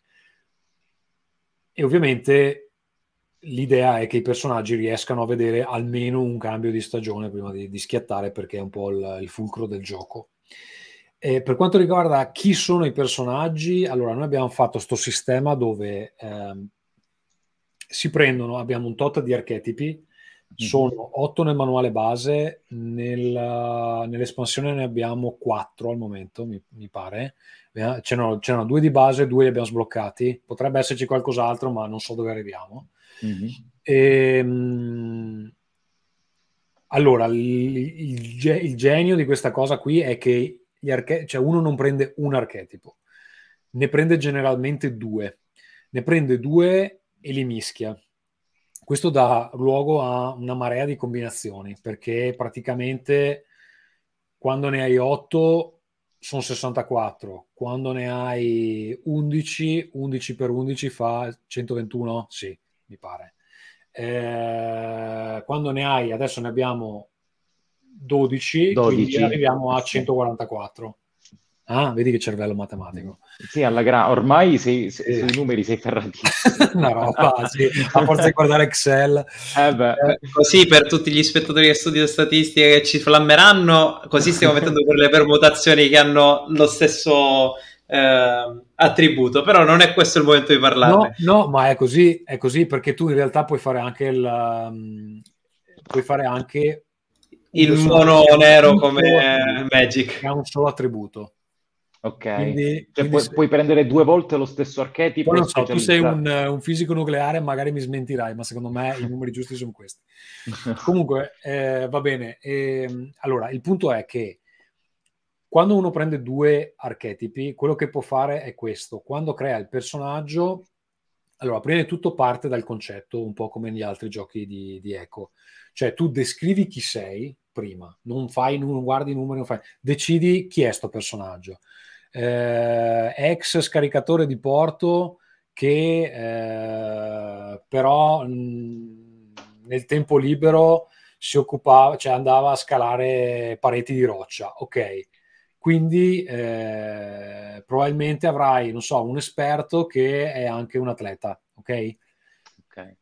E ovviamente l'idea è che i personaggi riescano a vedere almeno un cambio di stagione prima di, di schiattare, perché è un po' il, il fulcro del gioco. E per quanto riguarda chi sono i personaggi, allora noi abbiamo fatto questo sistema dove ehm, si prendono, abbiamo un tot di archetipi, sono otto nel manuale base, nel, nell'espansione ne abbiamo quattro al momento, mi, mi pare. C'erano, c'erano due di base, due li abbiamo sbloccati, potrebbe esserci qualcos'altro, ma non so dove arriviamo. Mm-hmm. E, mh, allora, il, il, il genio di questa cosa qui è che gli arche- cioè uno non prende un archetipo, ne prende generalmente due, ne prende due e li mischia. Questo dà luogo a una marea di combinazioni, perché praticamente quando ne hai otto sono sessantaquattro, quando ne hai undici, undici per undici fa centoventuno, sì, mi pare. Eh, quando ne hai, adesso ne abbiamo dodici, dodici. Quindi arriviamo a centoquarantaquattro. Ah, vedi che cervello matematico. Sì, alla gra- ormai sei, sei, sui numeri sei ferratissimo. Una roba, sì, a forza di guardare Excel. Eh beh. Eh, così per tutti gli spettatori che studiano statistica che ci flammeranno, così stiamo mettendo per le permutazioni che hanno lo stesso eh, attributo, però non è questo il momento di parlarne. No, no, ma è così, è così perché tu in realtà puoi fare anche il um, puoi fare anche il mono nero come Magic, che ha un solo attributo. Ok, quindi, cioè quindi puoi, se... puoi prendere due volte lo stesso archetipo. Poi non so, tu sei un, un fisico nucleare, magari mi smentirai, ma secondo me i numeri giusti sono questi. Comunque, eh, va bene. Eh, allora, il punto è che quando uno prende due archetipi, quello che può fare è questo. Quando crea il personaggio, allora, prima di tutto parte dal concetto, un po' come negli altri giochi di, di Eco. Cioè, tu descrivi chi sei prima, non fai, non guardi i numeri, non fai, decidi chi è sto personaggio. Eh, ex scaricatore di porto che eh, però mh, nel tempo libero si occupava, cioè andava a scalare pareti di roccia, ok, quindi eh, probabilmente avrai, non so, un esperto che è anche un atleta, ok? Ok.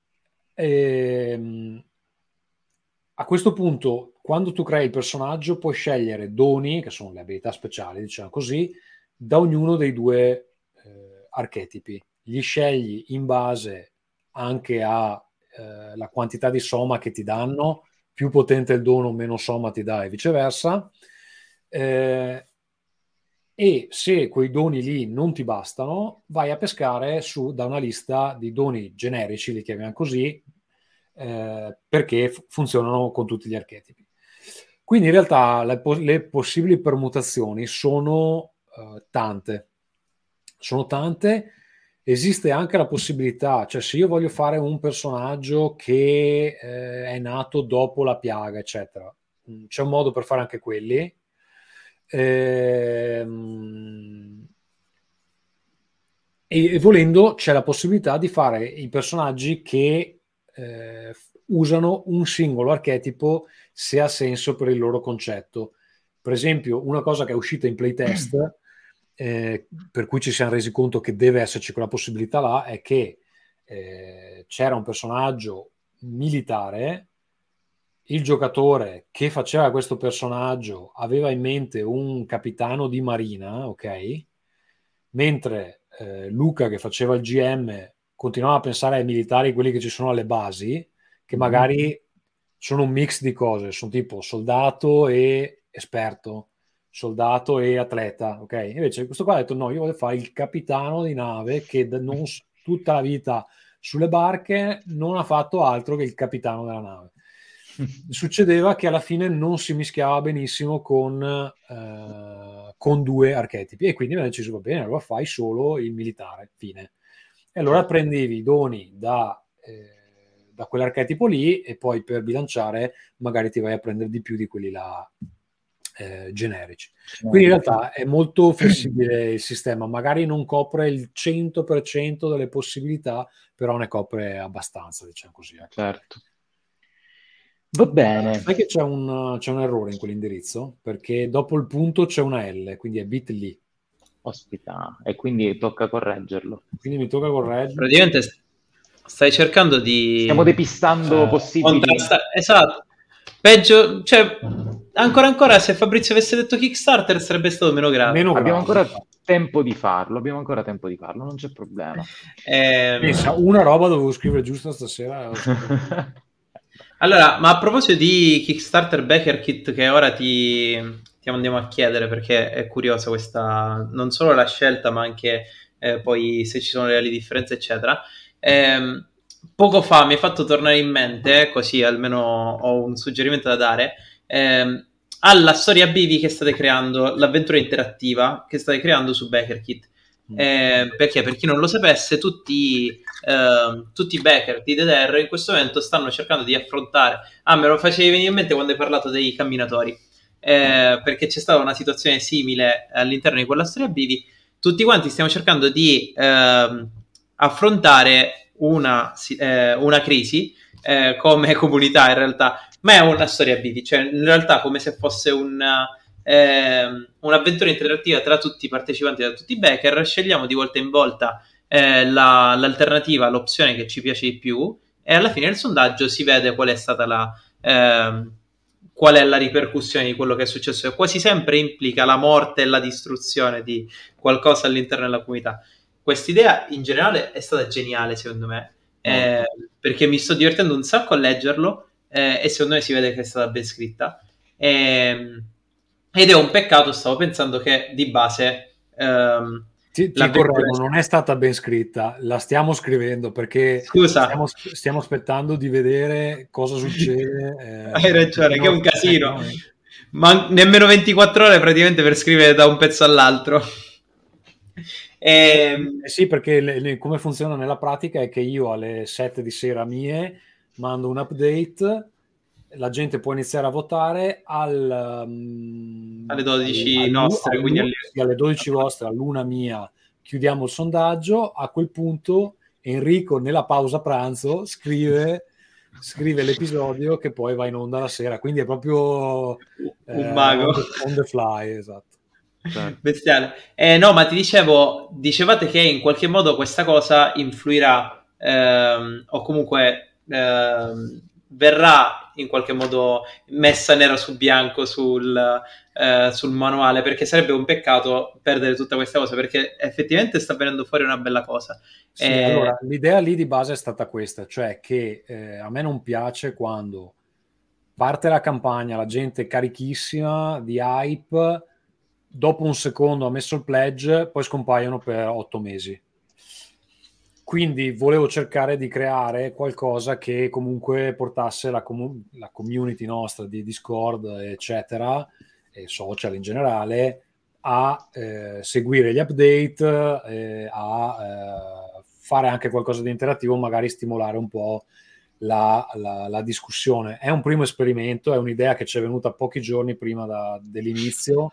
E, a questo punto, quando tu crei il personaggio, puoi scegliere doni, che sono le abilità speciali, diciamo così, da ognuno dei due eh, archetipi. Li scegli in base anche alla eh, quantità di soma che ti danno, più potente il dono, meno somma ti dà e viceversa. Eh, e se quei doni lì non ti bastano, vai a pescare su da una lista di doni generici, li chiamiamo così, eh, perché f- funzionano con tutti gli archetipi. Quindi in realtà le, po- le possibili permutazioni sono eh, tante. Sono tante. Esiste anche la possibilità, cioè se io voglio fare un personaggio che eh, è nato dopo la piaga, eccetera, c'è un modo per fare anche quelli. Ehm, e, e volendo c'è la possibilità di fare i personaggi che eh, usano un singolo archetipo se ha senso per il loro concetto. Per esempio, una cosa che è uscita in playtest, eh, per cui ci siamo resi conto che deve esserci quella possibilità là, è che eh, c'era un personaggio militare, il giocatore che faceva questo personaggio aveva in mente un capitano di marina, ok? Mentre eh, Luca, che faceva il G M, continuava a pensare ai militari, quelli che ci sono alle basi, che magari mm-hmm. sono un mix di cose, sono tipo soldato e esperto, soldato e atleta, ok? Invece questo qua ha detto no, io voglio fare il capitano di nave che non, tutta la vita sulle barche non ha fatto altro che il capitano della nave. Succedeva che alla fine non si mischiava benissimo con, eh, con due archetipi e quindi mi ha deciso va bene, allora fai solo il militare, fine. E allora prendevi i doni da, eh, da quell'archetipo lì e poi per bilanciare magari ti vai a prendere di più di quelli là eh, generici. Quindi in realtà è molto flessibile il sistema, magari non copre il cento per cento delle possibilità, però ne copre abbastanza, diciamo così. Ecco. Certo. Va bene. Sai che c'è un, c'è un errore in quell'indirizzo? Perché dopo il punto c'è una L, quindi è bit.ly. Ospita, e quindi tocca correggerlo. Quindi mi tocca correggere. Praticamente stai cercando di... Stiamo depistando eh, possibili... Contrasta... Esatto. Peggio, cioè, ancora ancora se Fabrizio avesse detto Kickstarter sarebbe stato meno grave. Meno abbiamo grave. ancora tempo di farlo, abbiamo ancora tempo di farlo, non c'è problema. Eh... Pensa, una roba dovevo scrivere giusto stasera. Allora, ma a proposito di Kickstarter Backer Kit che ora ti, ti andiamo a chiedere perché è curiosa questa, non solo la scelta ma anche eh, poi se ci sono reali differenze eccetera. Eh, poco fa mi hai fatto tornare in mente, così almeno ho un suggerimento da dare, eh, alla storia B V che state creando, l'avventura interattiva che state creando su Backer Kit. Eh, perché per chi non lo sapesse tutti, eh, tutti i backer di D D R in questo momento stanno cercando di affrontare ah me lo facevi venire in mente quando hai parlato dei camminatori eh, perché c'è stata una situazione simile all'interno di quella storia B V, tutti quanti stiamo cercando di eh, affrontare una, eh, una crisi eh, come comunità in realtà, ma è una storia B V, cioè in realtà come se fosse una Eh, un'avventura interattiva tra tutti i partecipanti, da tutti i backer, scegliamo di volta in volta eh, la, l'alternativa, l'opzione che ci piace di più e alla fine del sondaggio si vede qual è stata la eh, qual è la ripercussione di quello che è successo e quasi sempre implica la morte e la distruzione di qualcosa all'interno della comunità. Quest'idea in generale è stata geniale secondo me eh, perché mi sto divertendo un sacco a leggerlo eh, e secondo me si vede che è stata ben scritta e ed è un peccato, stavo pensando che di base ehm, ti, ti correggo, non è stata ben scritta, la stiamo scrivendo perché Scusa. Stiamo, stiamo aspettando di vedere cosa succede. Eh, Hai ragione, che è un casino, eh, ma nemmeno ventiquattro ore praticamente per scrivere da un pezzo all'altro. E... Eh sì, perché le, le, come funziona nella pratica è che io alle sette di sera mie mando un update, la gente può iniziare a votare al, um, alle dodici alle, nostre, alle, quindi alle, sì, alle dodici vostre, all'una mia chiudiamo il sondaggio. A quel punto Enrico nella pausa pranzo scrive, scrive l'episodio che poi va in onda la sera, quindi è proprio un eh, mago on the, on the fly, esatto. Bestiale. Eh, no, ma ti dicevo, dicevate che in qualche modo questa cosa influirà ehm, o comunque ehm, verrà in qualche modo messa nera su bianco sul, eh, sul manuale, perché sarebbe un peccato perdere tutta questa cosa, perché effettivamente sta venendo fuori una bella cosa. Sì, eh... allora, l'idea lì di base è stata questa, cioè che eh, a me non piace quando parte la campagna, la gente carichissima di hype, dopo un secondo ha messo il pledge, poi scompaiono per otto mesi. Quindi volevo cercare di creare qualcosa che comunque portasse la, com- la community nostra di Discord, eccetera, e social in generale, a eh, seguire gli update, eh, a eh, fare anche qualcosa di interattivo, magari stimolare un po' la, la, la discussione. È un primo esperimento, è un'idea che ci è venuta pochi giorni prima da, dell'inizio.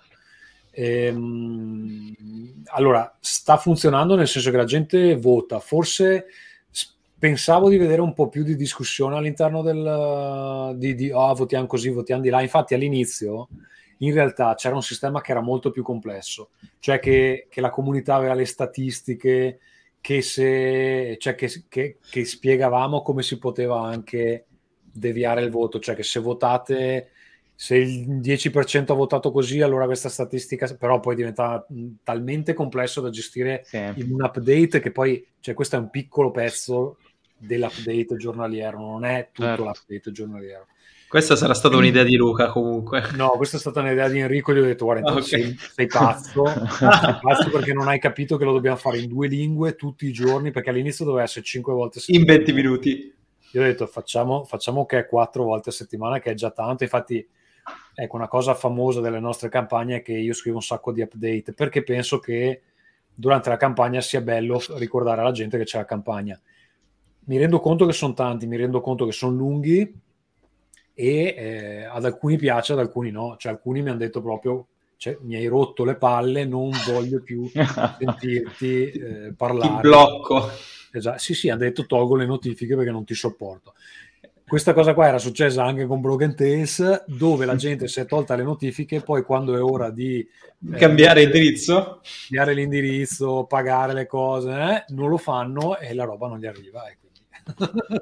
Ehm, allora, sta funzionando nel senso che la gente vota. Forse pensavo di vedere un po' più di discussione all'interno del di, di oh, votiamo così, votiamo di là. Infatti all'inizio in realtà c'era un sistema che era molto più complesso, cioè che, che la comunità aveva le statistiche, che, se, cioè che, che, che spiegavamo come si poteva anche deviare il voto, cioè che se votate, se il dieci per cento ha votato così, allora questa statistica, però poi diventa talmente complesso da gestire sì. in un update che poi, cioè questo è un piccolo pezzo dell'update giornaliero, non è tutto certo. l'update giornaliero. Questa sarà stata un'idea di Luca comunque. No, questa è stata un'idea di Enrico, gli ho detto guarda, okay. sei, sei pazzo, sei pazzo perché non hai capito che lo dobbiamo fare in due lingue tutti i giorni, perché all'inizio doveva essere cinque volte a settimana. In venti minuti. Io ho detto facciamo, facciamo che è quattro volte a settimana, che è già tanto. Infatti ecco, una cosa famosa delle nostre campagne è che io scrivo un sacco di update, perché penso che durante la campagna sia bello ricordare alla gente che c'è la campagna. Mi rendo conto che sono tanti, mi rendo conto che sono lunghi, e eh, ad alcuni piace, ad alcuni no, cioè alcuni mi hanno detto proprio cioè, mi hai rotto le palle, non voglio più sentirti eh, parlare. Ti blocco. Esatto. Sì, sì, hanno detto tolgo le notifiche perché non ti sopporto. Questa cosa qua era successa anche con Broken Tales, dove la gente si è tolta le notifiche, poi quando è ora di eh, cambiare indirizzo, cambiare l'indirizzo, pagare le cose, eh, non lo fanno e la roba non gli arriva. E quindi...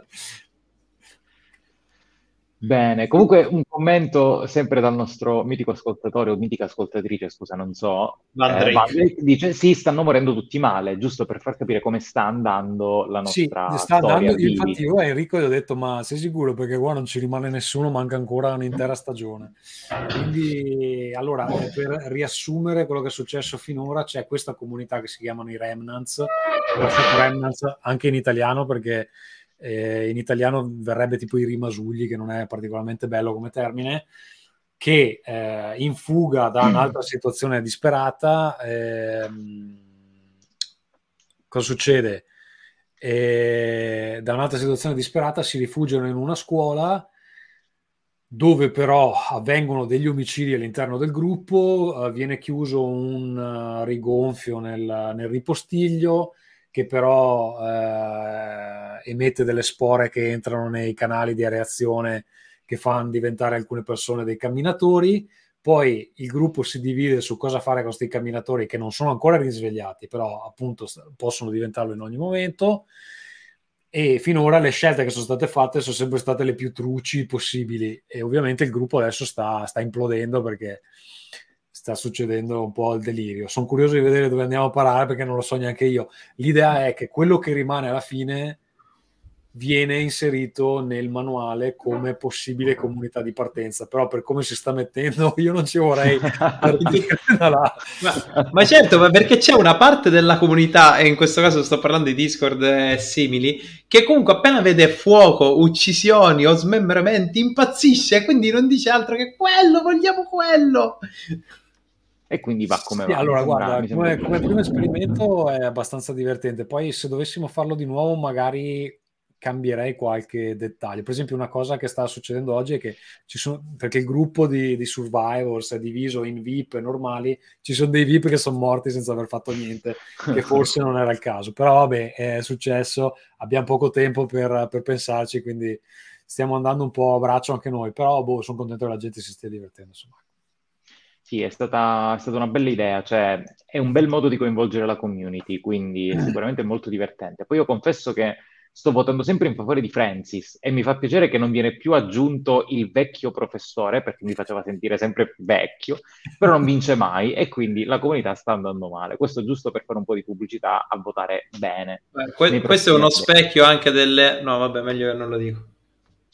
Bene, comunque un commento sempre dal nostro mitico ascoltatore o mitica ascoltatrice, scusa, non so, eh, Vandrey, dice sì, stanno morendo tutti male, giusto per far capire come sta andando la nostra sì, sta storia. Andando, infatti io a Enrico gli ho detto ma sei sicuro, perché qua non ci rimane nessuno, manca ancora un'intera stagione. Quindi allora per riassumere quello che è successo finora, c'è questa comunità che si chiamano i Remnants, Remnants anche in italiano perché Eh, in italiano verrebbe tipo i rimasugli, che non è particolarmente bello come termine, che eh, in fuga da un'altra situazione disperata ehm, cosa succede? Eh, da un'altra situazione disperata si rifugiano in una scuola dove però avvengono degli omicidi all'interno del gruppo, eh, viene chiuso un uh, rigonfio nel, nel ripostiglio che però eh, emette delle spore che entrano nei canali di areazione che fanno diventare alcune persone dei camminatori. Poi il gruppo si divide su cosa fare con questi camminatori che non sono ancora risvegliati, però appunto possono diventarlo in ogni momento. E finora le scelte che sono state fatte sono sempre state le più truci possibili e ovviamente il gruppo adesso sta, sta implodendo perché sta succedendo un po' il delirio. Sono curioso di vedere dove andiamo a parare perché non lo so neanche io. L'idea è che quello che rimane alla fine viene inserito nel manuale come possibile comunità di partenza, però per come si sta mettendo io non ci vorrei partire da là. ma, ma certo, ma perché c'è una parte della comunità, e in questo caso sto parlando di Discord e simili, che comunque appena vede fuoco, uccisioni o smembramenti impazzisce e quindi non dice altro che quello, vogliamo quello. E quindi va come sì, va. Allora, sembra, guarda, come, come primo esperimento è abbastanza divertente. Poi, se dovessimo farlo di nuovo, magari cambierei qualche dettaglio. Per esempio, una cosa che sta succedendo oggi è che ci sono, perché il gruppo di, di Survivors è diviso in V I P normali, ci sono dei V I P che sono morti senza aver fatto niente, che forse non era il caso. Però vabbè, è successo, abbiamo poco tempo per, per pensarci, quindi stiamo andando un po' a braccio anche noi. Però boh, sono contento che la gente si stia divertendo, insomma. Sì, è stata, è stata una bella idea, cioè è un bel modo di coinvolgere la community, quindi è sicuramente molto divertente. Poi io confesso che sto votando sempre in favore di Francis e mi fa piacere che non viene più aggiunto il vecchio professore, perché mi faceva sentire sempre vecchio, però non vince mai e quindi la comunità sta andando male. Questo giusto per fare un po' di pubblicità a votare bene. Beh, que- questo è uno specchio anche delle... No, vabbè, meglio che non lo dico.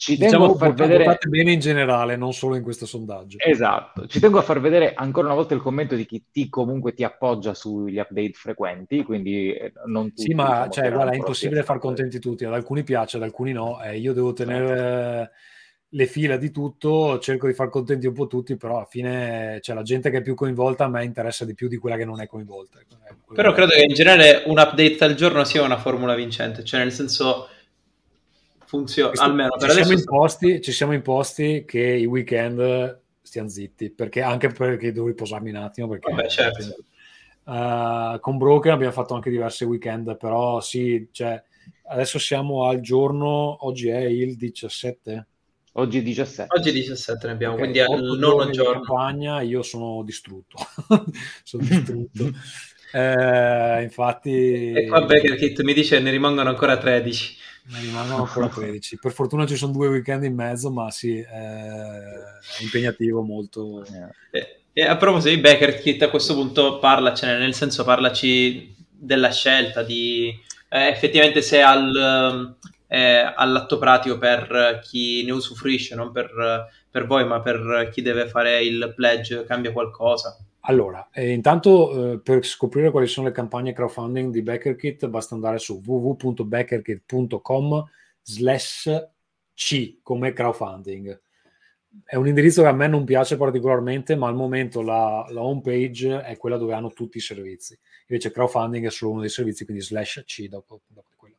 ci diciamo tengo a far vedere... votate bene in generale, non solo in questo sondaggio. Esatto, ci tengo a far vedere ancora una volta il commento di chi ti comunque ti appoggia sugli update frequenti, quindi eh, non tutti, Sì, ma diciamo, cioè, tirano guarda, è un po' lo impossibile far schiaffo. contenti tutti, ad alcuni piace, ad alcuni no, eh, io devo tenere Certo. eh, le fila di tutto, cerco di far contenti un po' tutti, però alla fine cioè, la gente che è più coinvolta a me interessa di più di quella che non è coinvolta. È quello Però che credo voglio. che in generale un update al giorno sia una formula vincente, cioè nel senso funziona, Questo- almeno per ci siamo adesso sta imposti, ci siamo imposti che i weekend stiano zitti, perché anche perché devo riposarmi un attimo, perché Vabbè, certo. uh, con Broken abbiamo fatto anche diversi weekend, però sì, cioè, adesso siamo al giorno, oggi è il diciassette. Oggi è diciassette. Oggi diciassette ne abbiamo, Ok, quindi è otto il nono giorni di giorno. campagna, io sono distrutto, sono distrutto. Eh, infatti, E qua Baker Kit mi dice che ne rimangono ancora tredici. ne rimangono ancora tredici. Per fortuna ci sono due weekend in mezzo, ma sì, eh, è impegnativo molto. E, e a proposito di Baker Kit, a questo punto parlacene, nel senso parlaci della scelta, di eh, effettivamente se al, eh, all'atto pratico per chi ne usufruisce, non per, per voi, ma per chi deve fare il pledge, cambia qualcosa. Allora, eh, intanto eh, per scoprire quali sono le campagne crowdfunding di BackerKit basta andare su w w w punto backerkit punto com slash c come crowdfunding. È un indirizzo che a me non piace particolarmente, ma al momento la, la home page è quella dove hanno tutti i servizi. Invece crowdfunding è solo uno dei servizi, quindi slash c dopo, dopo quello.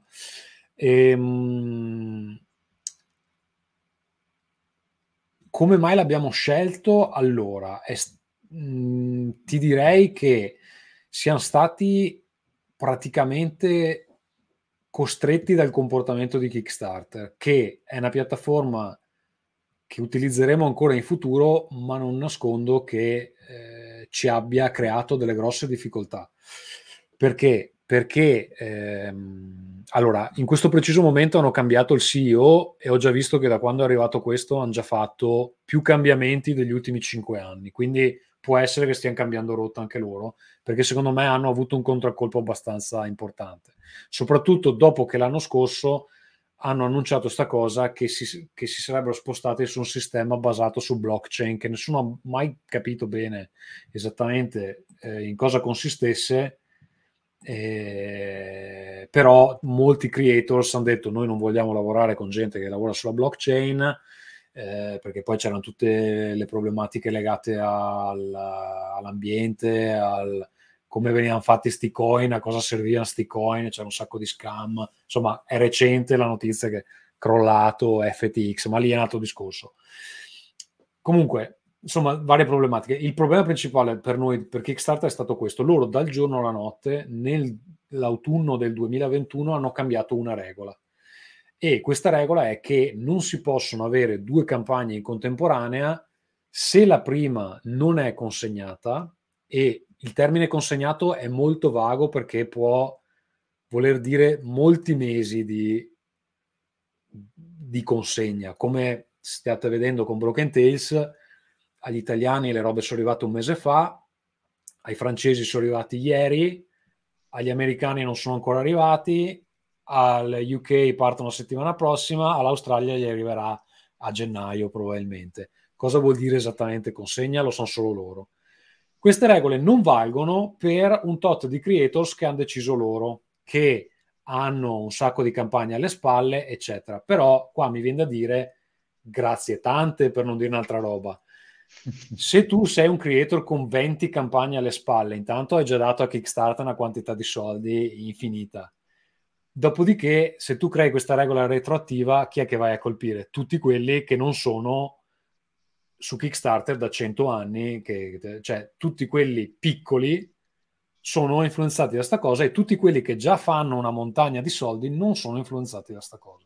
Ehm, come mai l'abbiamo scelto? Allora, è, mh, ti direi che siamo stati praticamente costretti dal comportamento di Kickstarter, che è una piattaforma che utilizzeremo ancora in futuro, ma non nascondo che eh, ci abbia creato delle grosse difficoltà. Perché? Perché ehm, allora, in questo preciso momento hanno cambiato il C E O e ho già visto che da quando è arrivato questo hanno già fatto più cambiamenti degli ultimi cinque anni, quindi può essere che stiano cambiando rotta anche loro, perché secondo me hanno avuto un contraccolpo abbastanza importante, soprattutto dopo che l'anno scorso hanno annunciato sta cosa che si, che si sarebbero spostati su un sistema basato su blockchain, che nessuno ha mai capito bene esattamente eh, in cosa consistesse, eh, però molti creators hanno detto noi non vogliamo lavorare con gente che lavora sulla blockchain, eh, perché poi c'erano tutte le problematiche legate al, all'ambiente, al come venivano fatti sti coin, a cosa servivano sti coin, c'era un sacco di scam, insomma è recente la notizia che è crollato F T X, ma lì è nato il discorso. Comunque, insomma, varie problematiche. Il problema principale per noi, per Kickstarter, è stato questo. Loro dal giorno alla notte, nell'autunno del duemilaventuno, hanno cambiato una regola. E questa regola è che non si possono avere due campagne in contemporanea se la prima non è consegnata, e il termine consegnato è molto vago perché può voler dire molti mesi di, di consegna. Come state vedendo con Broken Tales, agli italiani le robe sono arrivate un mese fa, ai francesi sono arrivati ieri, agli americani non sono ancora arrivati, al U K partono la settimana prossima, all'Australia gli arriverà a gennaio probabilmente. Cosa vuol dire esattamente consegna? Lo sanno solo loro. Queste regole non valgono per un tot di creators che hanno deciso loro, che hanno un sacco di campagne alle spalle, eccetera. Però qua mi viene da dire grazie tante, per non dire un'altra roba. Se tu sei un creator con venti campagne alle spalle, intanto hai già dato a Kickstarter una quantità di soldi infinita. Dopodiché, se tu crei questa regola retroattiva, chi è che vai a colpire? Tutti quelli che non sono su Kickstarter da cento anni, che, cioè tutti quelli piccoli sono influenzati da sta cosa, e tutti quelli che già fanno una montagna di soldi non sono influenzati da sta cosa.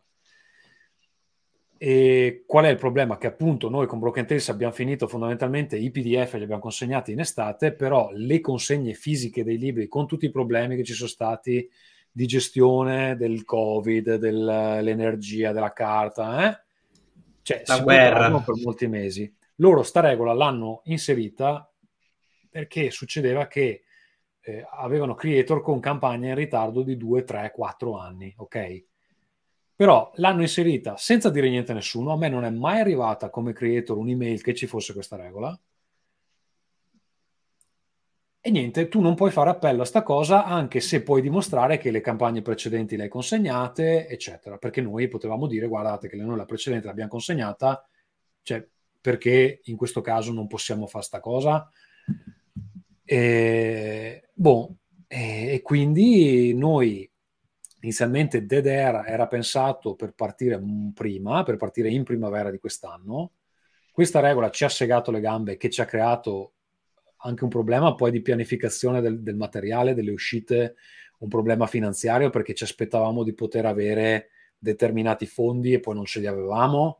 E qual è il problema? Che appunto noi con Broken Tales abbiamo finito fondamentalmente i P D F, li abbiamo consegnati in estate, però le consegne fisiche dei libri, con tutti i problemi che ci sono stati di gestione del Covid, dell'energia, della carta, eh? cioè La si guerra. prolungano per molti mesi. Loro sta regola l'hanno inserita perché succedeva che eh, avevano creator con campagne in ritardo di due, tre, quattro anni, ok? Però l'hanno inserita senza dire niente a nessuno. A me non è mai arrivata come creator un'email che ci fosse questa regola. E niente, tu non puoi fare appello a sta cosa anche se puoi dimostrare che le campagne precedenti le hai consegnate, eccetera. Perché noi potevamo dire, guardate che noi la precedente l'abbiamo consegnata, cioè perché in questo caso non possiamo fare sta cosa? E, boh, e, e quindi noi inizialmente Dead Air era pensato per partire prima, per partire in primavera di quest'anno. Questa regola ci ha segato le gambe, che ci ha creato anche un problema poi di pianificazione del, del materiale, delle uscite, un problema finanziario, perché ci aspettavamo di poter avere determinati fondi e poi non ce li avevamo.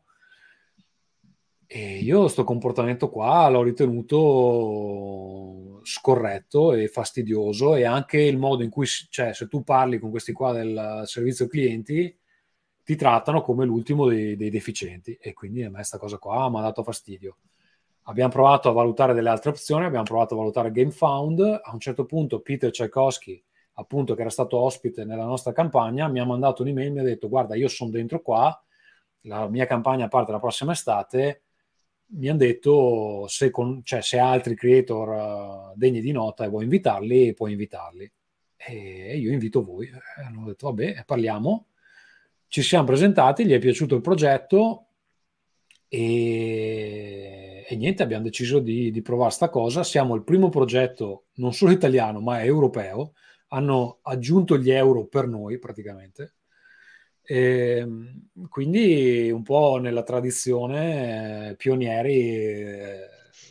E io sto comportamento qua l'ho ritenuto scorretto e fastidioso, e anche il modo in cui, cioè, se tu parli con questi qua del servizio clienti, ti trattano come l'ultimo dei, dei deficienti, e quindi a me sta cosa qua mi ha dato fastidio. Abbiamo provato a valutare delle altre opzioni, abbiamo provato a valutare GameFound. A un certo punto Peter Tchaikovsky, appunto, che era stato ospite nella nostra campagna, mi ha mandato un'email, mi ha detto: guarda, io sono dentro qua, la mia campagna parte la prossima estate, mi hanno detto se, con, cioè, se altri creator uh, degni di nota e vuoi invitarli, puoi invitarli. E io invito voi. E hanno detto vabbè, parliamo. Ci siamo presentati, gli è piaciuto il progetto, e, e niente, abbiamo deciso di, di provare sta cosa. Siamo il primo progetto non solo italiano ma europeo, hanno aggiunto gli euro per noi praticamente, e quindi un po' nella tradizione eh, pionieri eh,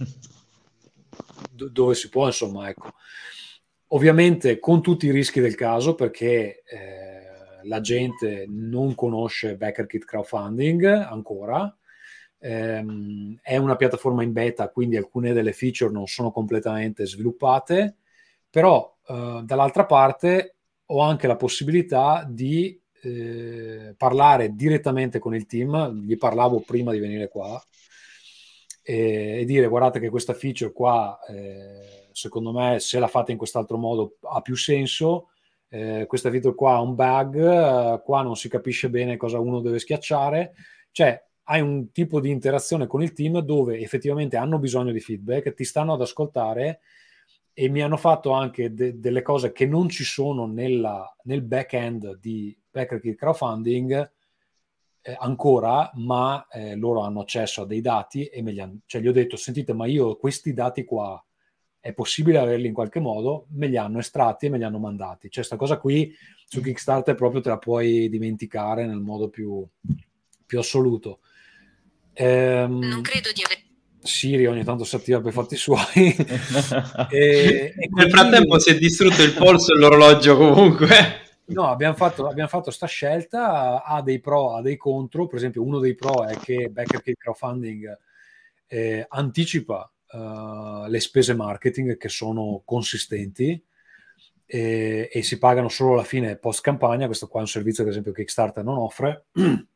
dove si può, insomma, ecco. Ovviamente con tutti i rischi del caso, perché eh, la gente non conosce BackerKit Crowdfunding ancora. Ehm, è una piattaforma in beta, quindi alcune delle feature non sono completamente sviluppate, però eh, dall'altra parte ho anche la possibilità di eh, parlare direttamente con il team. Gli parlavo prima di venire qua e, e dire: guardate che questa feature qua eh, secondo me, se la fate in quest'altro modo, ha più senso. Eh, questa feature qua ha un bug, eh, qua non si capisce bene cosa uno deve schiacciare. Cioè hai un tipo di interazione con il team dove effettivamente hanno bisogno di feedback, ti stanno ad ascoltare, e mi hanno fatto anche de- delle cose che non ci sono nella, nel back-end di BackerKit Crowdfunding eh, ancora, ma eh, loro hanno accesso a dei dati e me li hanno, cioè gli ho detto: sentite, ma io questi dati qua è possibile averli in qualche modo? Me li hanno estratti e me li hanno mandati. Cioè sta cosa qui su Kickstarter proprio te la puoi dimenticare nel modo più, più assoluto. Ehm, non credo di aver... Siri ogni tanto si attiva per fatti suoi. e, e Nel quindi... frattempo si è distrutto il polso e l'orologio comunque. No, abbiamo fatto, abbiamo fatto sta scelta, ha dei pro, ha dei contro. Per esempio, uno dei pro è che BackerKit Crowdfunding eh, anticipa uh, le spese marketing, che sono consistenti, e, e si pagano solo alla fine post campagna. Questo qua è un servizio che, ad esempio, Kickstarter non offre.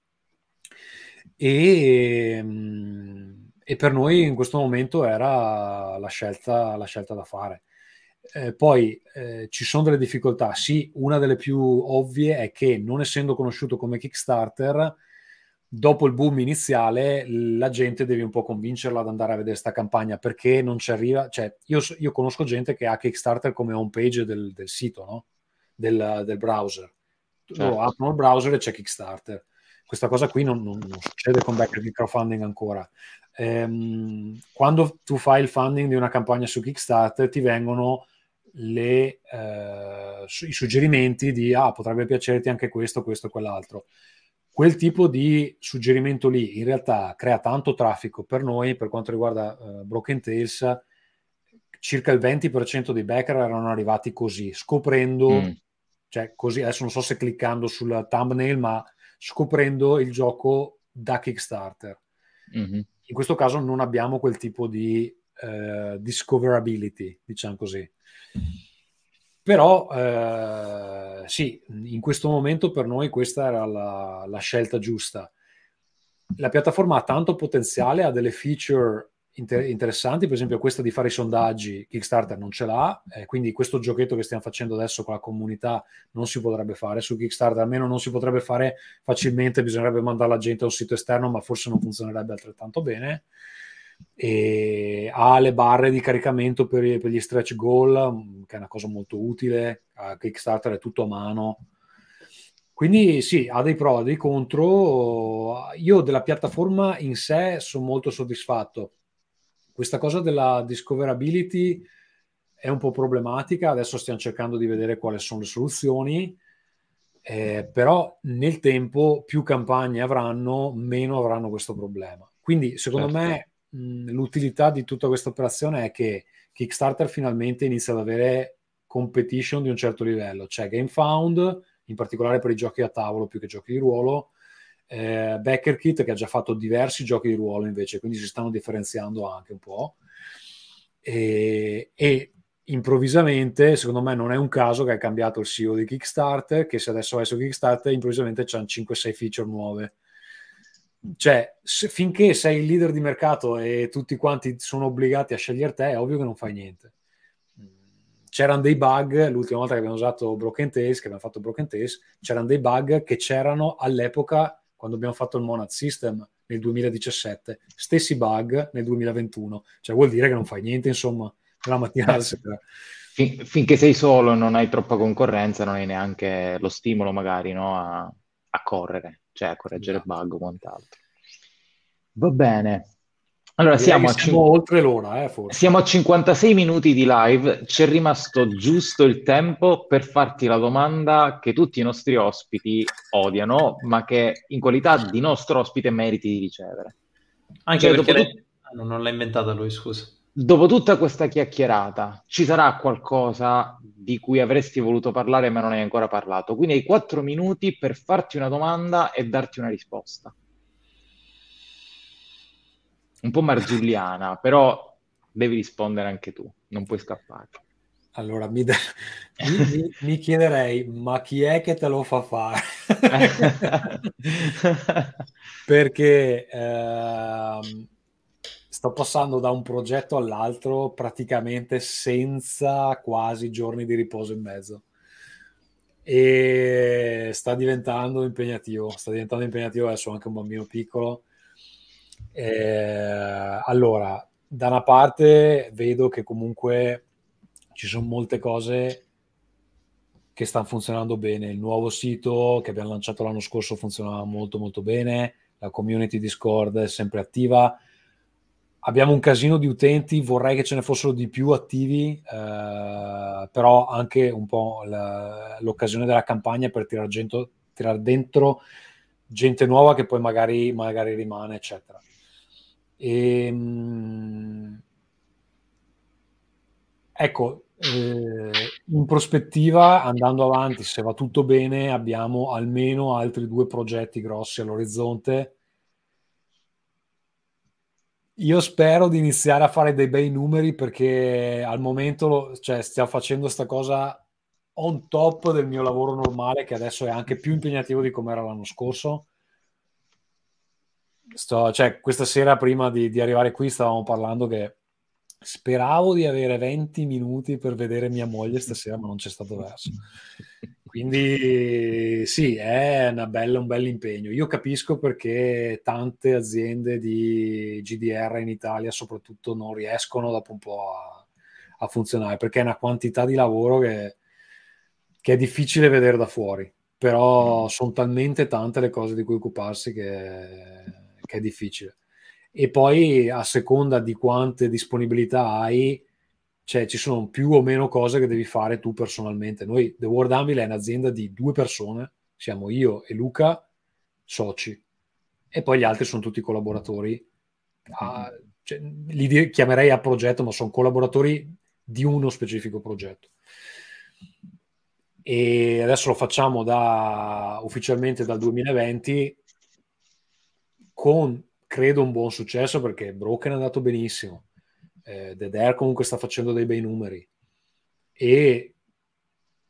e, e per noi in questo momento era la scelta, la scelta da fare. Eh, poi eh, ci sono delle difficoltà. Sì, una delle più ovvie è che, non essendo conosciuto come Kickstarter, dopo il boom iniziale la gente devi un po' convincerla ad andare a vedere sta campagna, perché non ci arriva. Cioè, io, io conosco gente che ha Kickstarter come homepage del, del sito, no? del, del browser. Certo. Loro aprono il browser e c'è Kickstarter. Questa cosa qui non, non, non succede con BackerKit Crowdfunding ancora. Ehm, quando tu fai il funding di una campagna su Kickstarter, ti vengono le, eh, i suggerimenti di ah, potrebbe piacerti anche questo, questo, quell'altro. Quel tipo di suggerimento lì in realtà crea tanto traffico per noi. Per quanto riguarda uh, Broken Tales, circa il venti per cento dei backer erano arrivati così, scoprendo, mm. cioè così, adesso non so se cliccando sul thumbnail, ma scoprendo il gioco da Kickstarter. Mm-hmm. In questo caso non abbiamo quel tipo di uh, discoverability, diciamo così. Però eh, sì, in questo momento per noi questa era la, la scelta giusta. La piattaforma ha tanto potenziale, ha delle feature inter- interessanti, per esempio questa di fare i sondaggi Kickstarter non ce l'ha, eh, quindi questo giochetto che stiamo facendo adesso con la comunità non si potrebbe fare su Kickstarter, almeno non si potrebbe fare facilmente, bisognerebbe mandare la gente a un sito esterno, ma forse non funzionerebbe altrettanto bene. E ha le barre di caricamento per, per gli stretch goal, che è una cosa molto utile. A Kickstarter è tutto a mano, quindi sì, ha dei pro, dei contro. Io della piattaforma in sé sono molto soddisfatto. Questa cosa della discoverability è un po' problematica, adesso stiamo cercando di vedere quali sono le soluzioni, eh, però nel tempo più campagne avranno, meno avranno questo problema. Quindi secondo Certo. me mh, l'utilità di tutta questa operazione è che Kickstarter finalmente inizia ad avere competition di un certo livello. C'è GameFound, in particolare per i giochi a tavolo più che giochi di ruolo, eh, BackerKit che ha già fatto diversi giochi di ruolo invece, quindi si stanno differenziando anche un po'. E, e improvvisamente, secondo me non è un caso che ha cambiato il C E O di Kickstarter, che se adesso vai su Kickstarter improvvisamente c'hanno cinque sei feature nuove. Cioè, se, finché sei il leader di mercato e tutti quanti sono obbligati a scegliere te, è ovvio che non fai niente. C'erano dei bug, l'ultima volta che abbiamo usato Broken Tales, che abbiamo fatto Broken Tales, c'erano dei bug che c'erano all'epoca quando abbiamo fatto il Monad System nel duemiladiciassette, stessi bug nel duemilaventuno, cioè vuol dire che non fai niente, insomma, dalla mattina alla sera. Fin- finché sei solo e non hai troppa concorrenza, non hai neanche lo stimolo magari, no, a, a correre, cioè a correggere Esatto. bug o quant'altro. Va bene. Allora, Direi siamo che a, siamo cin- oltre l'ora, eh, forse. siamo a cinquantasei minuti di live, c'è rimasto giusto il tempo per farti la domanda che tutti i nostri ospiti odiano, ma che in qualità di nostro ospite meriti di ricevere. Anche Cioè, perché dopo, tut- lei... ah, no, non l'ha inventata lui, scusa. dopo tutta questa chiacchierata, ci sarà qualcosa di cui avresti voluto parlare ma non hai ancora parlato. Quindi hai quattro minuti per farti una domanda e darti una risposta. Un po' marzulliana, però devi rispondere anche tu, non puoi scappare. Allora, mi, de- mi- mi- mi chiederei, ma chi è che te lo fa fare? Perché ehm, sto passando da un progetto all'altro praticamente senza quasi giorni di riposo in mezzo. E sta diventando impegnativo, sta diventando impegnativo, adesso ho anche un bambino piccolo. Eh, allora, da una parte vedo che comunque ci sono molte cose che stanno funzionando bene. Il nuovo sito che abbiamo lanciato l'anno scorso funzionava molto molto bene, la community Discord è sempre attiva. Abbiamo un casino di utenti, vorrei che ce ne fossero di più attivi, eh, però anche un po' la, l'occasione della campagna per tirare, gente, tirare dentro gente nuova che poi magari, magari rimane, eccetera. E, mh, ecco, eh, in prospettiva, andando avanti, se va tutto bene, abbiamo almeno altri due progetti grossi all'orizzonte. Io spero di iniziare a fare dei bei numeri perché al momento, cioè, stiamo facendo sta cosa on top del mio lavoro normale, che adesso è anche più impegnativo di come era l'anno scorso. Sto, cioè, questa sera prima di, di arrivare qui stavamo parlando che speravo di avere venti minuti per vedere mia moglie stasera, ma non c'è stato verso. Quindi sì, è una bella, un bel impegno. Io capisco perché tante aziende di G D R in Italia soprattutto non riescono dopo un po' a, a funzionare, perché è una quantità di lavoro che, che è difficile vedere da fuori, però sono talmente tante le cose di cui occuparsi che, che è difficile. E poi a seconda di quante disponibilità hai, cioè ci sono più o meno cose che devi fare tu personalmente. Noi, The World Anvil è un'azienda di due persone, siamo io e Luca, soci, e poi gli altri sono tutti collaboratori. Ah, cioè, li di- chiamerei a progetto, ma sono collaboratori di uno specifico progetto. E adesso lo facciamo da, ufficialmente dal duemilaventi con, credo, un buon successo perché Broken è andato benissimo. Eh, The Dare comunque sta facendo dei bei numeri e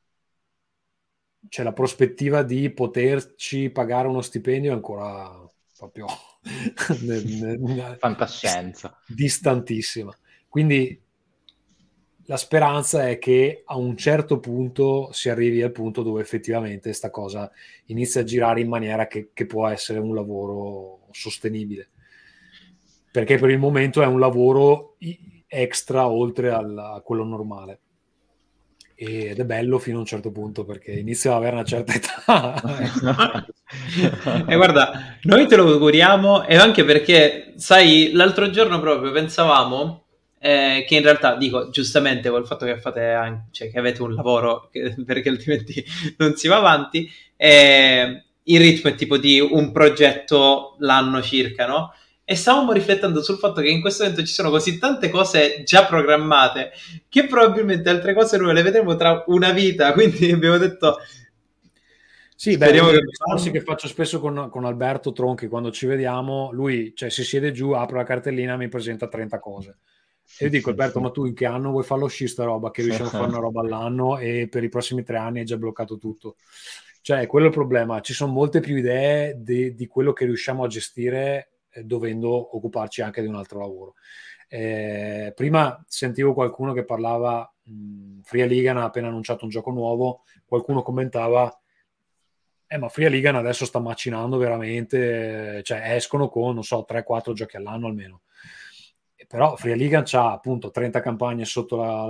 c'è la prospettiva di poterci pagare uno stipendio ancora, proprio fantascienza, distantissima. Quindi la speranza è che a un certo punto si arrivi al punto dove effettivamente sta cosa inizia a girare in maniera che, che può essere un lavoro sostenibile, perché per il momento è un lavoro extra oltre al, a quello normale, ed è bello fino a un certo punto perché inizia ad avere una certa età. E guarda, noi te lo auguriamo, e anche perché sai, l'altro giorno proprio pensavamo Eh, che in realtà, dico, giustamente col fatto che fate anche, cioè che avete un lavoro che, perché altrimenti non si va avanti, eh, il ritmo è tipo di un progetto l'anno circa, no? E stavamo riflettendo sul fatto che in questo momento ci sono così tante cose già programmate che probabilmente altre cose noi le vedremo tra una vita, quindi abbiamo detto sì, speriamo beh, che... discorsi che faccio spesso con, con Alberto Tronchi quando ci vediamo, lui cioè si siede giù, apre la cartellina, mi presenta trenta cose. E io dico, Alberto, ma tu in che anno vuoi farlo uscire sta roba? Che riusciamo a fare una roba all'anno e per i prossimi tre anni è già bloccato tutto. Cioè, quello è il problema. Ci sono molte più idee di, di quello che riusciamo a gestire eh, dovendo occuparci anche di un altro lavoro. Eh, prima sentivo qualcuno che parlava, mh, Free Ligan ha appena annunciato un gioco nuovo, qualcuno commentava eh, ma Free Ligan adesso sta macinando veramente, cioè escono con, non so, tre quattro giochi all'anno almeno. Però Free Ligan c'ha appunto trenta campagne sotto la,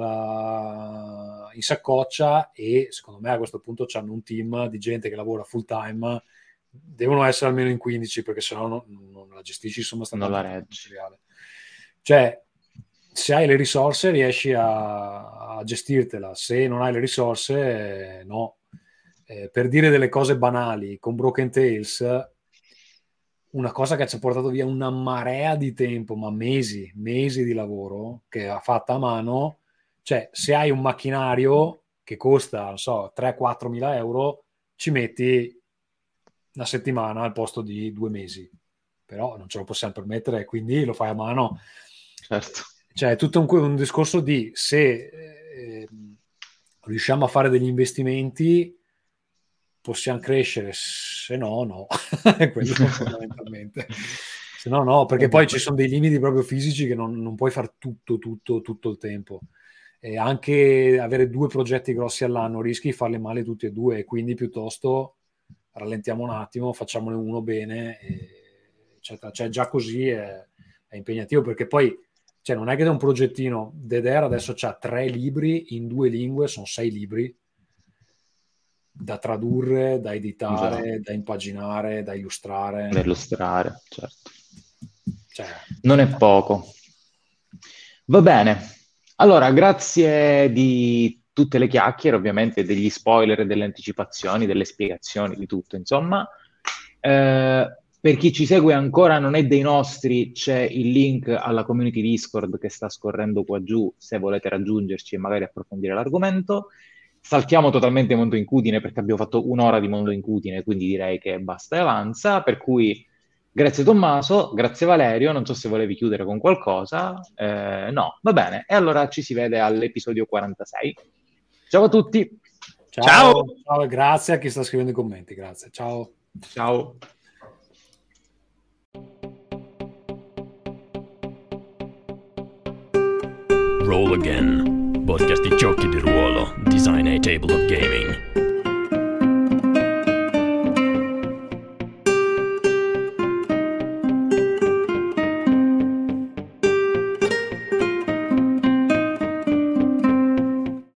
la in saccoccia e secondo me a questo punto c'hanno un team di gente che lavora full time, devono essere almeno in quindici perché sennò non, non la gestisci, insomma sta non la reggi. Cioè se hai le risorse riesci a, a gestirtela, se non hai le risorse no. Eh, per dire delle cose banali, con Broken Tales una cosa che ci ha portato via una marea di tempo, ma mesi, mesi di lavoro che ha fatta a mano. Cioè, se hai un macchinario che costa, non so, tre quattro mila euro, ci metti una settimana al posto di due mesi. Però non ce lo possiamo permettere, quindi lo fai a mano. Certo. Cioè, è tutto un, un discorso di se eh, riusciamo a fare degli investimenti possiamo crescere, se no no. Quello fondamentalmente, se no no, perché poi ci sono dei limiti proprio fisici che non, non puoi fare tutto tutto tutto il tempo, e anche avere due progetti grossi all'anno rischi di farli male tutti e due, quindi piuttosto rallentiamo un attimo, facciamone uno bene, eccetera. Cioè già così è, è impegnativo, perché poi cioè, non è che da un progettino, Dead Air adesso c'ha tre libri in due lingue, sono sei libri da tradurre, da editare, Già. da impaginare, da illustrare. Da illustrare, certo. Cioè... Non è poco. Va bene. Allora, grazie di tutte le chiacchiere, ovviamente, degli spoiler, delle anticipazioni, delle spiegazioni, di tutto, insomma. Eh, per chi ci segue ancora non è dei nostri, c'è il link alla community Discord che sta scorrendo qua giù, se volete raggiungerci e magari approfondire l'argomento. Saltiamo totalmente Mondo Incudine perché abbiamo fatto un'ora di Mondo Incudine, quindi direi che basta e avanza, per cui grazie Tommaso, grazie Valerio, non so se volevi chiudere con qualcosa, eh, no, va bene, e allora ci si vede all'episodio quarantasei. Ciao a tutti! Ciao! Ciao, ciao e grazie a chi sta scrivendo i commenti, grazie, ciao! Ciao! Roll Again, podcast di giochi di ruolo, Design a Table of Gaming.